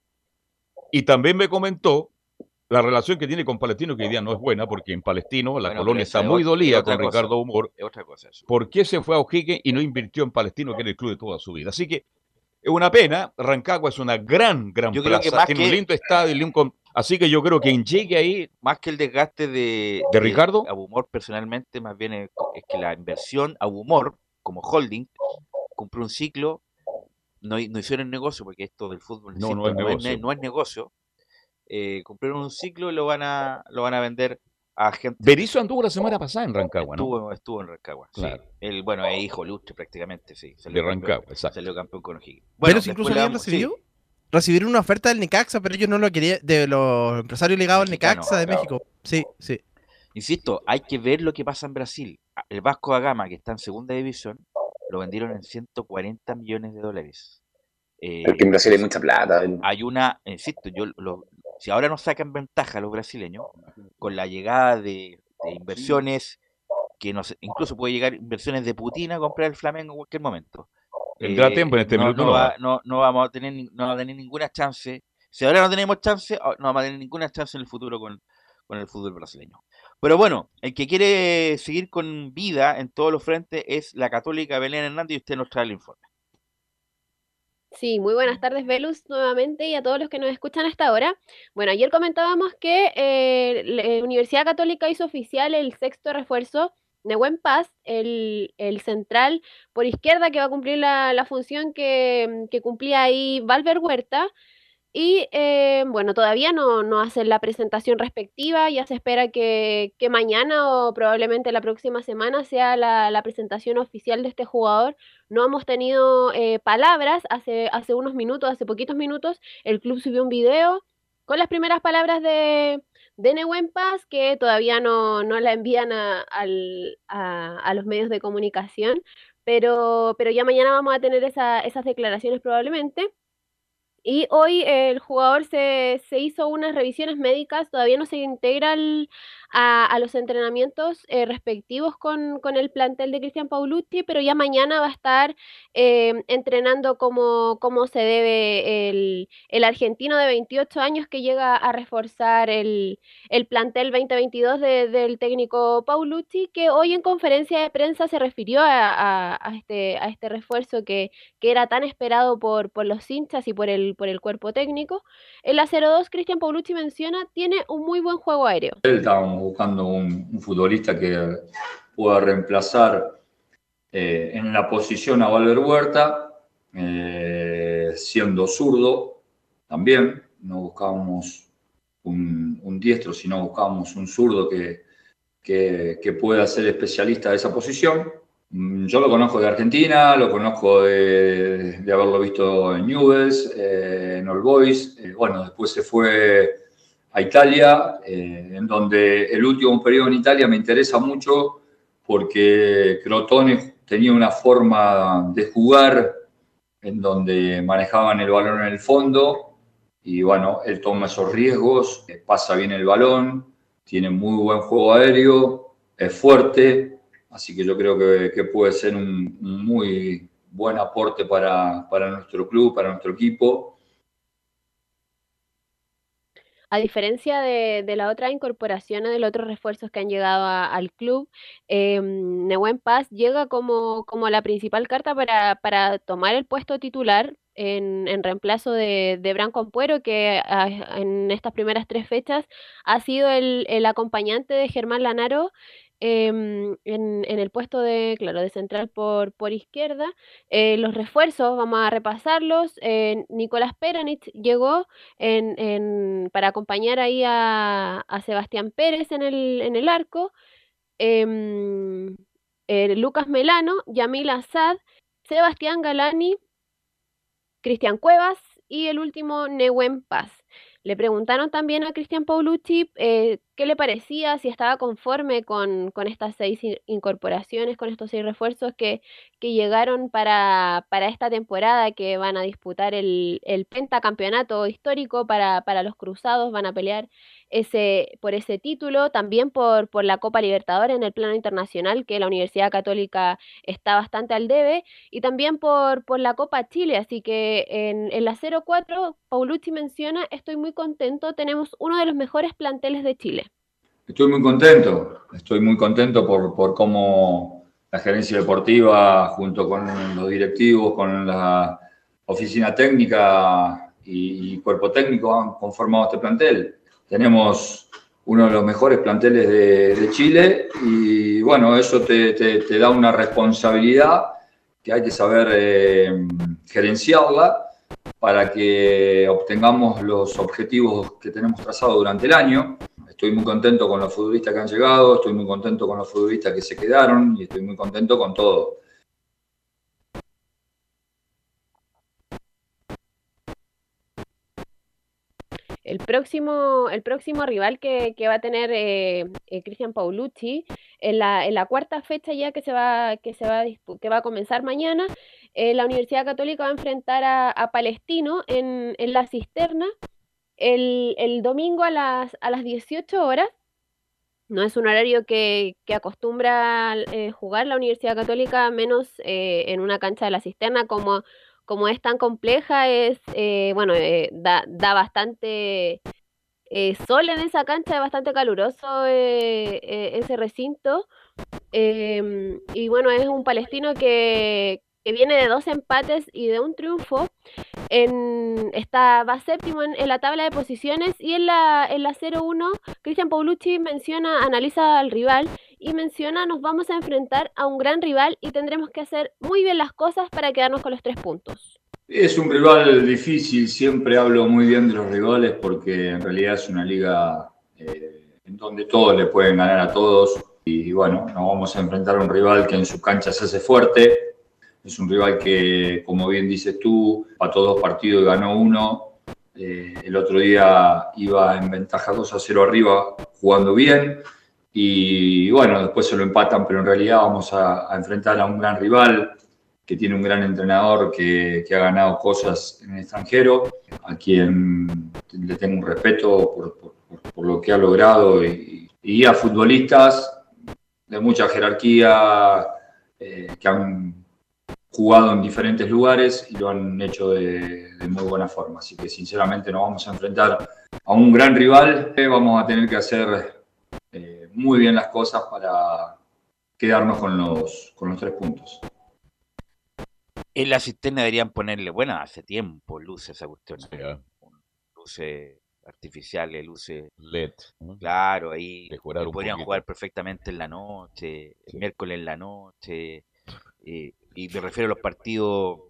Y también me comentó la relación que tiene con Palestino, que hoy día no es buena, porque en Palestino la colonia está muy dolida con Ricardo Humor. Es otra cosa eso. ¿Por qué se fue a O'Higgins y no invirtió en Palestino, que era el club de toda su vida? Así que es una pena. Rancagua es una gran yo plaza. Creo que tiene un lindo estadio. Así que yo creo que quien llegue ahí... Más que el desgaste de Ricardo, Abumor personalmente, más bien es que la inversión Abumor, como holding, cumplió un ciclo, no hicieron negocio, porque esto del fútbol no es negocio. Cumplieron un ciclo y lo van a vender a gente. Berizzo anduvo la semana pasada en Rancagua, ¿no? Estuvo en Rancagua, claro. Sí. Él, es hijo lustre prácticamente, sí. De Rancagua, exacto. Salió campeón con O'Higgins. Bueno, pero incluso habían recibieron una oferta del Necaxa, pero ellos no lo querían, de los empresarios ligados al Necaxa de México. Sí. Insisto, hay que ver lo que pasa en Brasil. El Vasco da Gama, que está en segunda división, lo vendieron en $140 millones. Porque en Brasil hay mucha plata. Hay insisto, si ahora nos sacan ventaja los brasileños, con la llegada de inversiones, que incluso puede llegar inversiones de Putin a comprar el Flamengo en cualquier momento. Tendrá tiempo en este minuto. No vamos a tener ninguna chance. Si ahora no tenemos chance, no vamos a tener ninguna chance en el futuro con el fútbol brasileño. Pero bueno, el que quiere seguir con vida en todos los frentes es la Católica Belén Hernández, y usted nos trae el informe. Sí, muy buenas tardes, Velus, nuevamente, y a todos los que nos escuchan hasta ahora. Bueno, ayer comentábamos que la Universidad Católica hizo oficial el sexto refuerzo de Buen Paz, el central por izquierda, que va a cumplir la función que cumplía ahí Valver Huerta. Y bueno, todavía no hacen la presentación respectiva, ya se espera que mañana o probablemente la próxima semana sea la presentación oficial de este jugador. No hemos tenido palabras, hace unos minutos, hace poquitos minutos, el club subió un video con las primeras palabras de Nehuen Paz, que todavía no la envían a los medios de comunicación, pero ya mañana vamos a tener esas declaraciones probablemente. Y hoy el jugador se hizo unas revisiones médicas, todavía no se integra a los entrenamientos respectivos con el plantel de Cristian Paulucci, pero ya mañana va a estar entrenando como se debe el argentino de 28 años que llega a reforzar el plantel 2022 del técnico Paulucci, que hoy en conferencia de prensa se refirió a este refuerzo que era tan esperado por los hinchas y por el cuerpo técnico. En la 02, Cristian Paulucci menciona, tiene un muy buen juego aéreo. Estábamos buscando un futbolista que pueda reemplazar en la posición a Valver Huerta, siendo zurdo también. No buscábamos un diestro, sino buscábamos un zurdo que pueda ser especialista de esa posición. Yo lo conozco de Argentina, lo conozco de haberlo visto en Newell's, en All Boys. Bueno, después se fue a Italia, en donde el último periodo en Italia me interesa mucho porque Crotone tenía una forma de jugar en donde manejaban el balón en el fondo y bueno, él toma esos riesgos, pasa bien el balón, tiene muy buen juego aéreo, es fuerte. Así que yo creo que puede ser un muy buen aporte para nuestro club, para nuestro equipo. A diferencia de la otra incorporación o de los otros refuerzos que han llegado al club, Nehuen Paz llega como la principal carta para tomar el puesto titular en reemplazo de Branco Ampuero, que en estas primeras 3 fechas ha sido el acompañante de Germán Lanaro en el puesto de central por izquierda. Los refuerzos, vamos a repasarlos. Nicolás Peranich llegó para acompañar ahí a Sebastián Pérez en el arco. Lucas Melano, Yamil Asad, Sebastián Galani, Cristian Cuevas y el último Nehuen Paz. Le preguntaron también a Cristian Paulucci qué le parecía, si estaba conforme con estas 6 incorporaciones, con estos 6 refuerzos que llegaron para esta temporada, que van a disputar el pentacampeonato histórico para los Cruzados, van a pelear por ese título, también por la Copa Libertadores en el plano internacional, que la Universidad Católica está bastante al debe, y también por la Copa Chile. Así que en la 04, Paulucci menciona, estoy muy contento, tenemos uno de los mejores planteles de Chile. Estoy muy contento por cómo la gerencia deportiva, junto con los directivos, con la oficina técnica y cuerpo técnico, han conformado este plantel. Tenemos uno de los mejores planteles de Chile y bueno, eso te da una responsabilidad que hay que saber gerenciarla para que obtengamos los objetivos que tenemos trazados durante el año. Estoy muy contento con los futbolistas que han llegado, estoy muy contento con los futbolistas que se quedaron y estoy muy contento con todo. El próximo rival que va a tener Cristian Paulucci en la cuarta fecha ya que va a comenzar mañana, la Universidad Católica va a enfrentar a Palestino en La Cisterna el domingo a las 18 horas. No es un horario que acostumbra jugar la Universidad Católica, menos en una cancha de La Cisterna como es tan compleja, da bastante sol en esa cancha, es bastante caluroso ese recinto. Y bueno, es un Palestino que viene de 2 empates y de un triunfo. Va séptimo en la tabla de posiciones, y en la 0-1 Cristian Paulucci analiza al rival y menciona: nos vamos a enfrentar a un gran rival y tendremos que hacer muy bien las cosas para quedarnos con los 3 puntos. Es un rival difícil, siempre hablo muy bien de los rivales porque en realidad es una liga en donde todos le pueden ganar a todos y bueno, nos vamos a enfrentar a un rival que en su cancha se hace fuerte, es un rival que, como bien dices tú, empató 2 partidos y ganó 1. El otro día iba en ventaja 2-0 arriba jugando bien y bueno, después se lo empatan, pero en realidad vamos a enfrentar a un gran rival que tiene un gran entrenador que ha ganado cosas en el extranjero, a quien le tengo un respeto por lo que ha logrado y a futbolistas de mucha jerarquía que han jugado en diferentes lugares y lo han hecho de muy buena forma. Así que sinceramente nos vamos a enfrentar a un gran rival. Vamos a tener que hacer muy bien las cosas para quedarnos con los 3 puntos. En la cisterna deberían ponerle, bueno, hace tiempo, luces a esa cuestión. Luces artificiales, luces LED. Claro, ahí Mejorar un podrían poquito. jugar perfectamente en la noche, el miércoles en la noche. Y me refiero a los partidos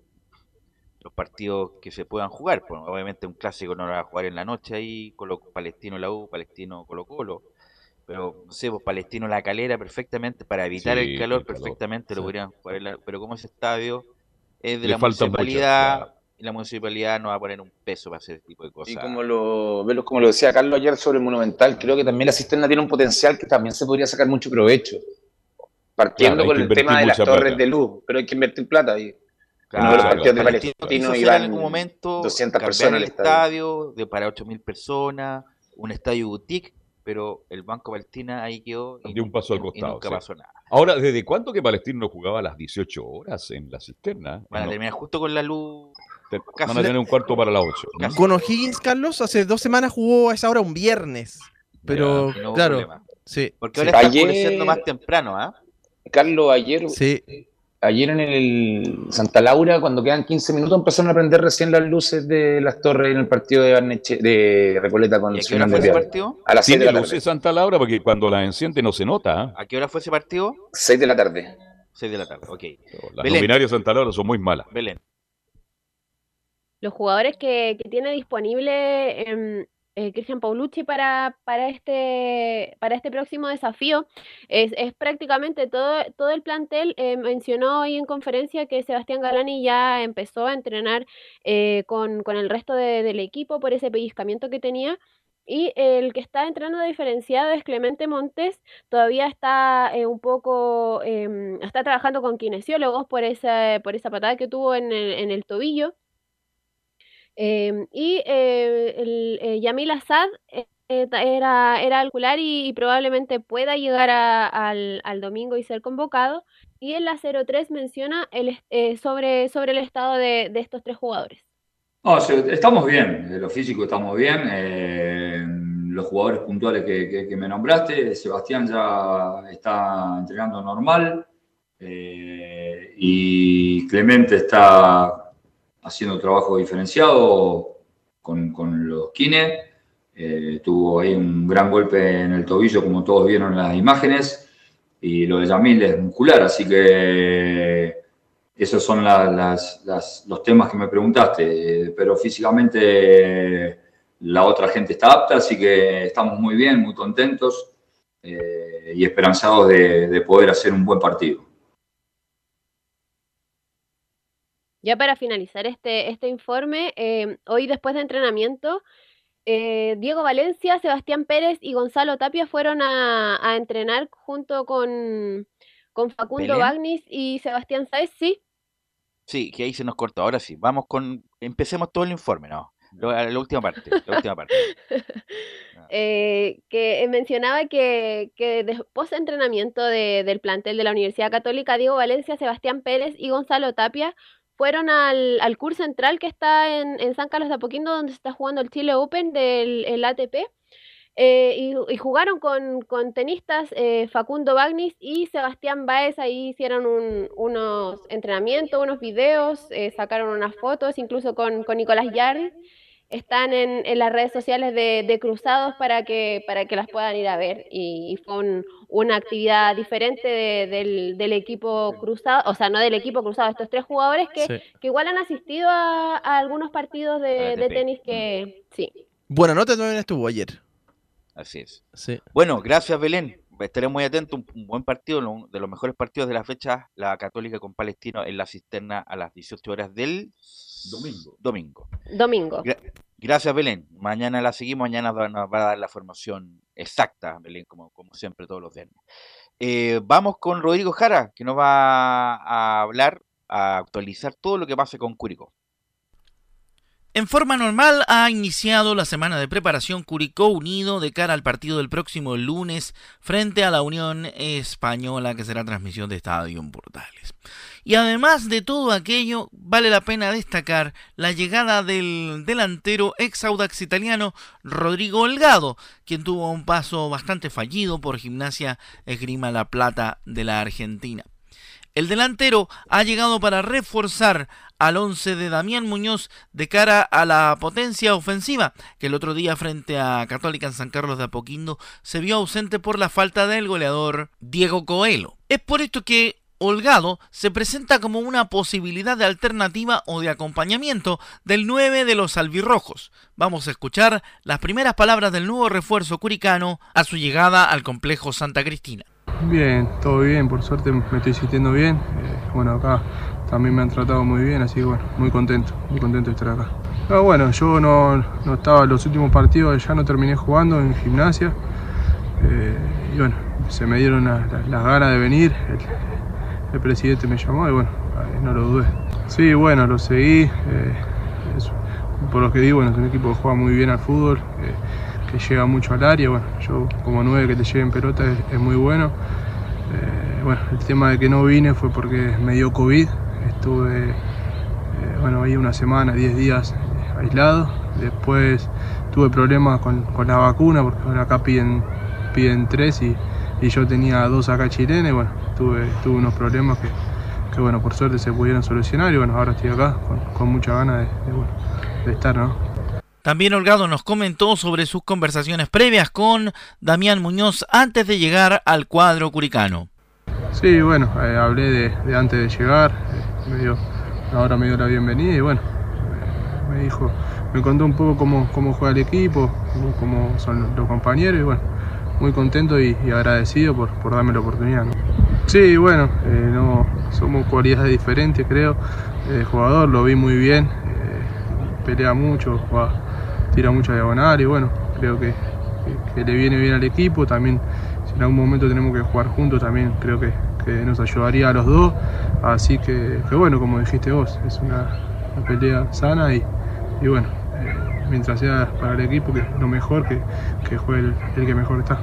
que se puedan jugar. Pues, obviamente un clásico no lo va a jugar en la noche ahí, Palestino La U, Palestino Colo Colo. Pero, no sé, pues Palestino La Calera perfectamente, para evitar Sí, el calor, el calor, perfectamente lo sí. podrían jugar pero como ese estadio es de Le la faltan municipalidad, muchas, claro. y la municipalidad no va a poner un peso para hacer ese tipo de cosas. Y como lo decía Carlos ayer sobre el Monumental, creo que también la cisterna tiene un potencial que también se podría sacar mucho provecho. Partiendo Claro, hay con que el invertir tema de las mucha torres plata. de luz, pero hay que invertir plata. Y Claro, uno de los partidos de Palestino Palestino quiso hacer en iban algún momento 200 cambiar personas el al estadio. estadio para 8.000 personas, un estadio boutique, pero el Banco Palestina ahí quedó y, De un paso al y costado. nunca Sí. pasó nada. Ahora, ¿desde cuándo que Palestino no jugaba a las 18 horas en la cisterna? Van a No, terminar justo con la luz. van a tener un cuarto para las 8. ¿no? Con O'Higgins, Carlos, hace 2 semanas jugó a esa hora un viernes. Pero, Y no hubo claro, problema. sí. Porque sí. ahora está oscureciendo más temprano, ¿ah? Carlos, Sí. ayer en el Santa Laura, cuando quedan 15 minutos, empezaron a prender recién las luces de las torres en el partido de Recoleta con ¿Y a qué hora fue ese partido? A las 6 de ¿Tiene la luces tarde. Santa Laura? Porque cuando la enciende no se nota. ¿eh? ¿A qué hora fue ese partido? 6 de la tarde. 6 de la tarde, ok. Las Belén. luminarias de Santa Laura son muy malas. Belén. Los jugadores que tiene disponible Cristian Paulucci para este próximo desafío es prácticamente todo el plantel. Mencionó hoy en conferencia que Sebastián Galani ya empezó a entrenar con el resto del equipo por ese pellizcamiento que tenía. Y el que está entrenando diferenciado es Clemente Montes. Todavía está un poco, está trabajando con kinesiólogos por esa patada que tuvo en el tobillo. Yamil Assad era alcular y probablemente pueda llegar al domingo y ser convocado. Y en la 03 menciona sobre el estado de estos 3 jugadores. No, estamos bien, en lo físico estamos bien. Los jugadores puntuales que me nombraste, Sebastián ya está entrenando normal y Clemente está haciendo trabajo diferenciado con los kines. Tuvo ahí un gran golpe en el tobillo, como todos vieron en las imágenes, y lo de Yamil es muscular, así que esos son los temas que me preguntaste, pero físicamente la otra gente está apta, así que estamos muy bien, muy contentos y esperanzados de poder hacer un buen partido. Ya para finalizar este informe, hoy después de entrenamiento, Diego Valencia, Sebastián Pérez y Gonzalo Tapia fueron a entrenar junto con Facundo ¿Belén? Bagnis y Sebastián Sáez, sí. Sí, que ahí se nos cortó. Ahora sí, empecemos todo el informe, ¿no? La última parte, Que mencionaba que después de entrenamiento del plantel de la Universidad Católica, Diego Valencia, Sebastián Pérez y Gonzalo Tapia fueron al CUR Central que está en San Carlos de Apoquindo, donde se está jugando el Chile Open del ATP. Y jugaron con tenistas Facundo Bagnis y Sebastián Báez. Ahí hicieron unos entrenamientos, unos videos, sacaron unas fotos, incluso con Nicolás Yarri. están en las redes sociales de Cruzados para que las puedan ir a ver. Y fue una actividad diferente del equipo Cruzado, o sea, no del equipo Cruzado, estos 3 jugadores que igual han asistido a algunos partidos de tenis que sí. Buena nota también estuvo ayer. Así es. Sí. Bueno, gracias Belén. Estaré muy atento. Un buen partido, de los mejores partidos de la fecha, la Católica con Palestino en la Cisterna a las 18 horas del domingo. Gracias Belén. Mañana la seguimos. Mañana nos va a dar la formación exacta, Belén, como siempre todos los viernes. Vamos con Rodrigo Jara, que nos va a hablar, a actualizar todo lo que pase con Curicó. En forma normal ha iniciado la semana de preparación Curicó Unido de cara al partido del próximo lunes frente a la Unión Española, que será transmisión de Estadio Portales. Y además de todo aquello, vale la pena destacar la llegada del delantero ex Audax italiano Rodrigo Holgado, quien tuvo un paso bastante fallido por Gimnasia Esgrima La Plata de la Argentina. El delantero ha llegado para reforzar al once de Damián Muñoz de cara a la potencia ofensiva, que el otro día frente a Católica en San Carlos de Apoquindo se vio ausente por la falta del goleador Diego Coelho. Es por esto que Holgado se presenta como una posibilidad de alternativa o de acompañamiento del 9 de los albirrojos. Vamos a escuchar las primeras palabras del nuevo refuerzo curicano a su llegada al complejo Santa Cristina. Bien, todo bien, por suerte me estoy sintiendo bien. Bueno, acá también me han tratado muy bien, así que bueno, muy contento de estar acá. Pero bueno, yo no estaba en los últimos partidos, ya no terminé jugando en Gimnasia. Y bueno, se me dieron las ganas de venir. El presidente me llamó y bueno, no lo dudé. Sí, bueno, lo seguí. Por lo que digo, bueno, es un equipo que juega muy bien al fútbol. Que llega mucho al área, bueno, yo como 9 que te lleven pelota es muy bueno. Bueno, el tema de que no vine fue porque me dio COVID, estuve ahí una semana, 10 días aislado, después tuve problemas con la vacuna, porque bueno, acá piden 3 y yo tenía 2 acá chilenas, y bueno, tuve unos problemas que bueno, por suerte se pudieron solucionar, y bueno, ahora estoy acá con mucha ganas de estar, ¿no? También Holgado nos comentó sobre sus conversaciones previas con Damián Muñoz antes de llegar al cuadro curicano. Sí, bueno, hablé de antes de llegar, ahora me dio la bienvenida y bueno, me contó un poco cómo juega el equipo, cómo son los compañeros y bueno, muy contento y agradecido por darme la oportunidad, ¿no? Sí, bueno, somos cualidades diferentes creo, el jugador lo vi muy bien, pelea mucho, tira mucha diagonal y bueno, creo que le viene bien al equipo. También si en algún momento tenemos que jugar juntos también creo que nos ayudaría a los dos, así que bueno, como dijiste vos, es una pelea sana y bueno, mientras sea para el equipo, que es lo mejor, que juegue el que mejor está.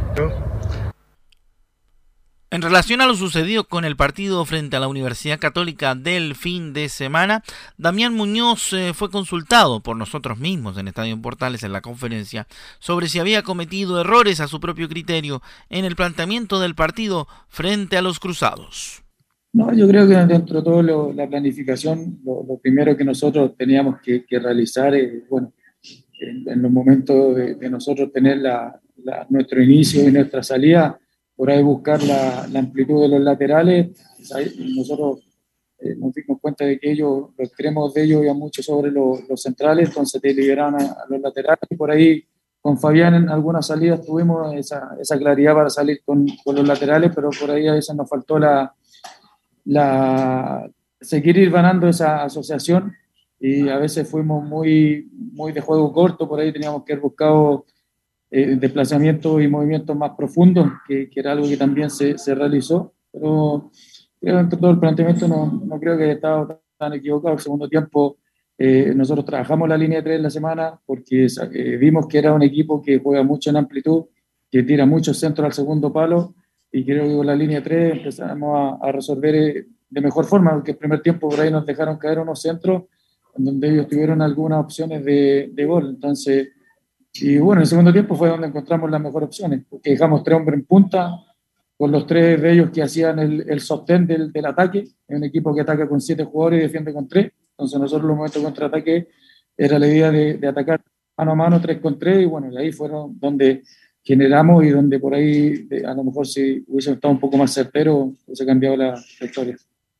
En relación a lo sucedido con el partido frente a la Universidad Católica del fin de semana, Damián Muñoz fue consultado por nosotros mismos en Estadio Portales en la conferencia sobre si había cometido errores a su propio criterio en el planteamiento del partido frente a los Cruzados. No, yo creo que dentro de todo la planificación, lo primero que nosotros teníamos que realizar es, bueno, en los momentos de nosotros tener nuestro inicio y nuestra salida, por ahí buscar la amplitud de los laterales. Nosotros nos dimos cuenta de que los extremos de ellos iban mucho sobre los centrales, entonces te liberaban a los laterales, y por ahí con Fabián en algunas salidas tuvimos esa claridad para salir con los laterales, pero por ahí a veces nos faltó seguir ir ganando esa asociación, y a veces fuimos muy de juego corto, por ahí teníamos que haber buscado desplazamientos y movimientos más profundos, que era algo que también se realizó, pero creo que todo el planteamiento no creo que haya estado tan equivocado. El segundo tiempo nosotros trabajamos la línea 3 en la semana porque vimos que era un equipo que juega mucho en amplitud, que tira muchos centros al segundo palo, y creo que con la línea 3 empezamos a resolver de mejor forma, porque el primer tiempo por ahí nos dejaron caer unos centros en donde ellos tuvieron algunas opciones de gol. Entonces, y bueno, el segundo tiempo fue donde encontramos las mejores opciones, porque dejamos 3 hombres en punta, con los 3 de ellos que hacían el sostén del ataque. Es un equipo que ataca con 7 jugadores y defiende con 3. Entonces nosotros en los momentos de contraataque era la idea de atacar mano a mano 3 con 3 y bueno, y ahí fueron donde generamos y donde por ahí a lo mejor si hubiese estado un poco más certero hubiese cambiado la historia.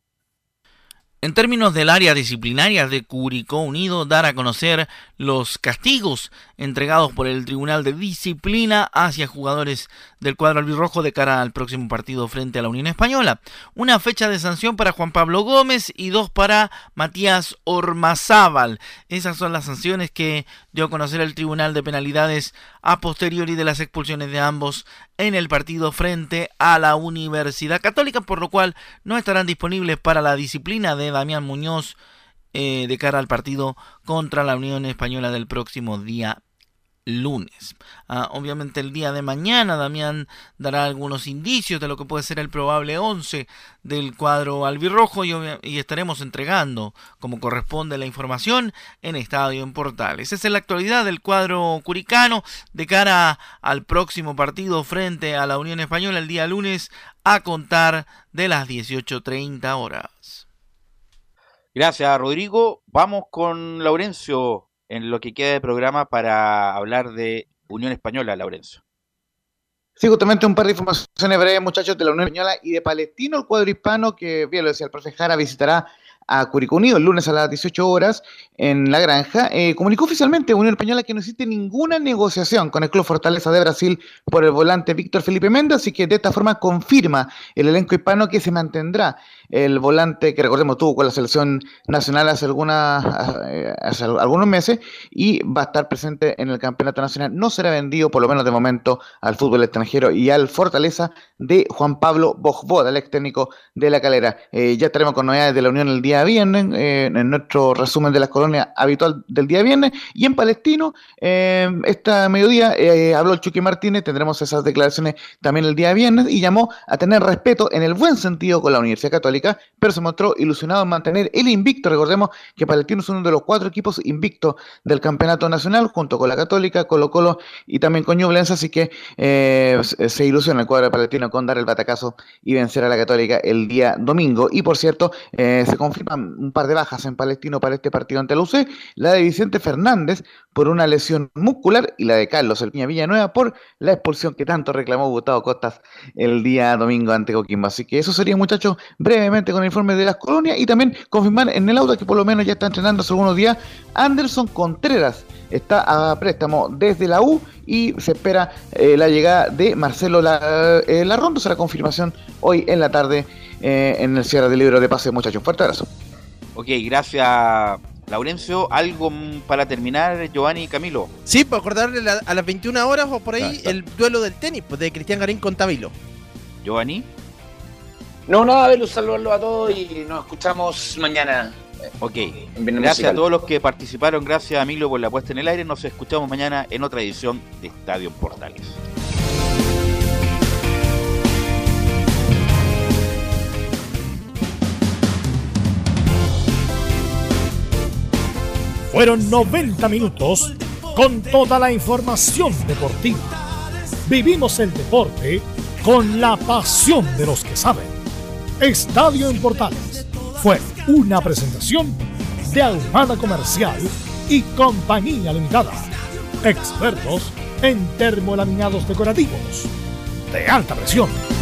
En términos del área disciplinaria de Curicó Unido, dar a conocer los castigos entregados por el Tribunal de Disciplina hacia jugadores del cuadro albirrojo de cara al próximo partido frente a la Unión Española. Una fecha de sanción para Juan Pablo Gómez y 2 para Matías Ormazábal. Esas son las sanciones que dio a conocer el Tribunal de Penalidades a posteriori de las expulsiones de ambos en el partido frente a la Universidad Católica, por lo cual no estarán disponibles para la disciplina de Damián Muñoz de cara al partido contra la Unión Española del próximo día lunes. Obviamente el día de mañana Damián dará algunos indicios de lo que puede ser el probable 11 del cuadro albirrojo y estaremos entregando como corresponde la información en Estadio en Portales. Esa es la actualidad del cuadro curicano de cara al próximo partido frente a la Unión Española el día lunes a contar de las 18:30 horas. Gracias, Rodrigo. Vamos con Laurencio en lo que queda de programa para hablar de Unión Española, Laurencio. Sí, justamente un par de informaciones breves, muchachos, de la Unión Española y de Palestino, el cuadro hispano que, bien lo decía el profe Jara, visitará a Curicó Unido el lunes a las 18 horas en La Granja. Comunicó oficialmente Unión Española que no existe ninguna negociación con el Club Fortaleza de Brasil por el volante Víctor Felipe Méndez, así que de esta forma confirma el elenco hispano que se mantendrá el volante que, recordemos, tuvo con la selección nacional hace algunos meses y va a estar presente en el campeonato nacional. No será vendido, por lo menos de momento, al fútbol extranjero y al Fortaleza de Juan Pablo Bojvoda, el ex técnico de La Calera. Ya estaremos con novedades de la Unión el día viernes, en nuestro resumen de las colonias habitual del día viernes, y en Palestino, esta mediodía habló el Chucky Martínez, tendremos esas declaraciones también el día viernes, y llamó a tener respeto en el buen sentido con la Universidad Católica, pero se mostró ilusionado en mantener el invicto. Recordemos que Palestino es uno de los 4 equipos invictos del campeonato nacional, junto con la Católica, Colo-Colo y también con Ñublense, así que se ilusiona el cuadro de Palestino con dar el batacazo y vencer a la Católica el día domingo. Y por cierto, se confirman un par de bajas en Palestino para este partido ante la UC, la de Vicente Fernández por una lesión muscular y la de Carlos El Piña Villanueva por la expulsión que tanto reclamó Gustavo Costas el día domingo ante Coquimbo. Así que eso sería, muchachos, brevemente con el informe de las colonias, y también confirmar en el auto que por lo menos ya está entrenando hace algunos días Anderson Contreras. Está a préstamo desde la U y se espera la llegada de Marcelo Larrondo. Será confirmación hoy en la tarde en el cierre del libro de pase, muchachos. Fuerte abrazo. Ok, gracias, Laurencio. ¿Algo para terminar, Giovanni y Camilo? Sí, para acordarle a las 21 horas o por ahí el duelo del tenis pues, de Cristian Garín con Tabilo. ¿Giovanni? No, nada, Velus, saludarlos a todos y nos escuchamos mañana. Ok, gracias a todos los que participaron, gracias a Emilio por la puesta en el aire. Nos escuchamos mañana en otra edición de Estadio Portales. Fueron 90 minutos con toda la información deportiva. Vivimos el deporte con la pasión de los que saben. Estadio en Portales fue una presentación de Ahumada Comercial y Compañía Limitada. Expertos en termolaminados decorativos de alta presión.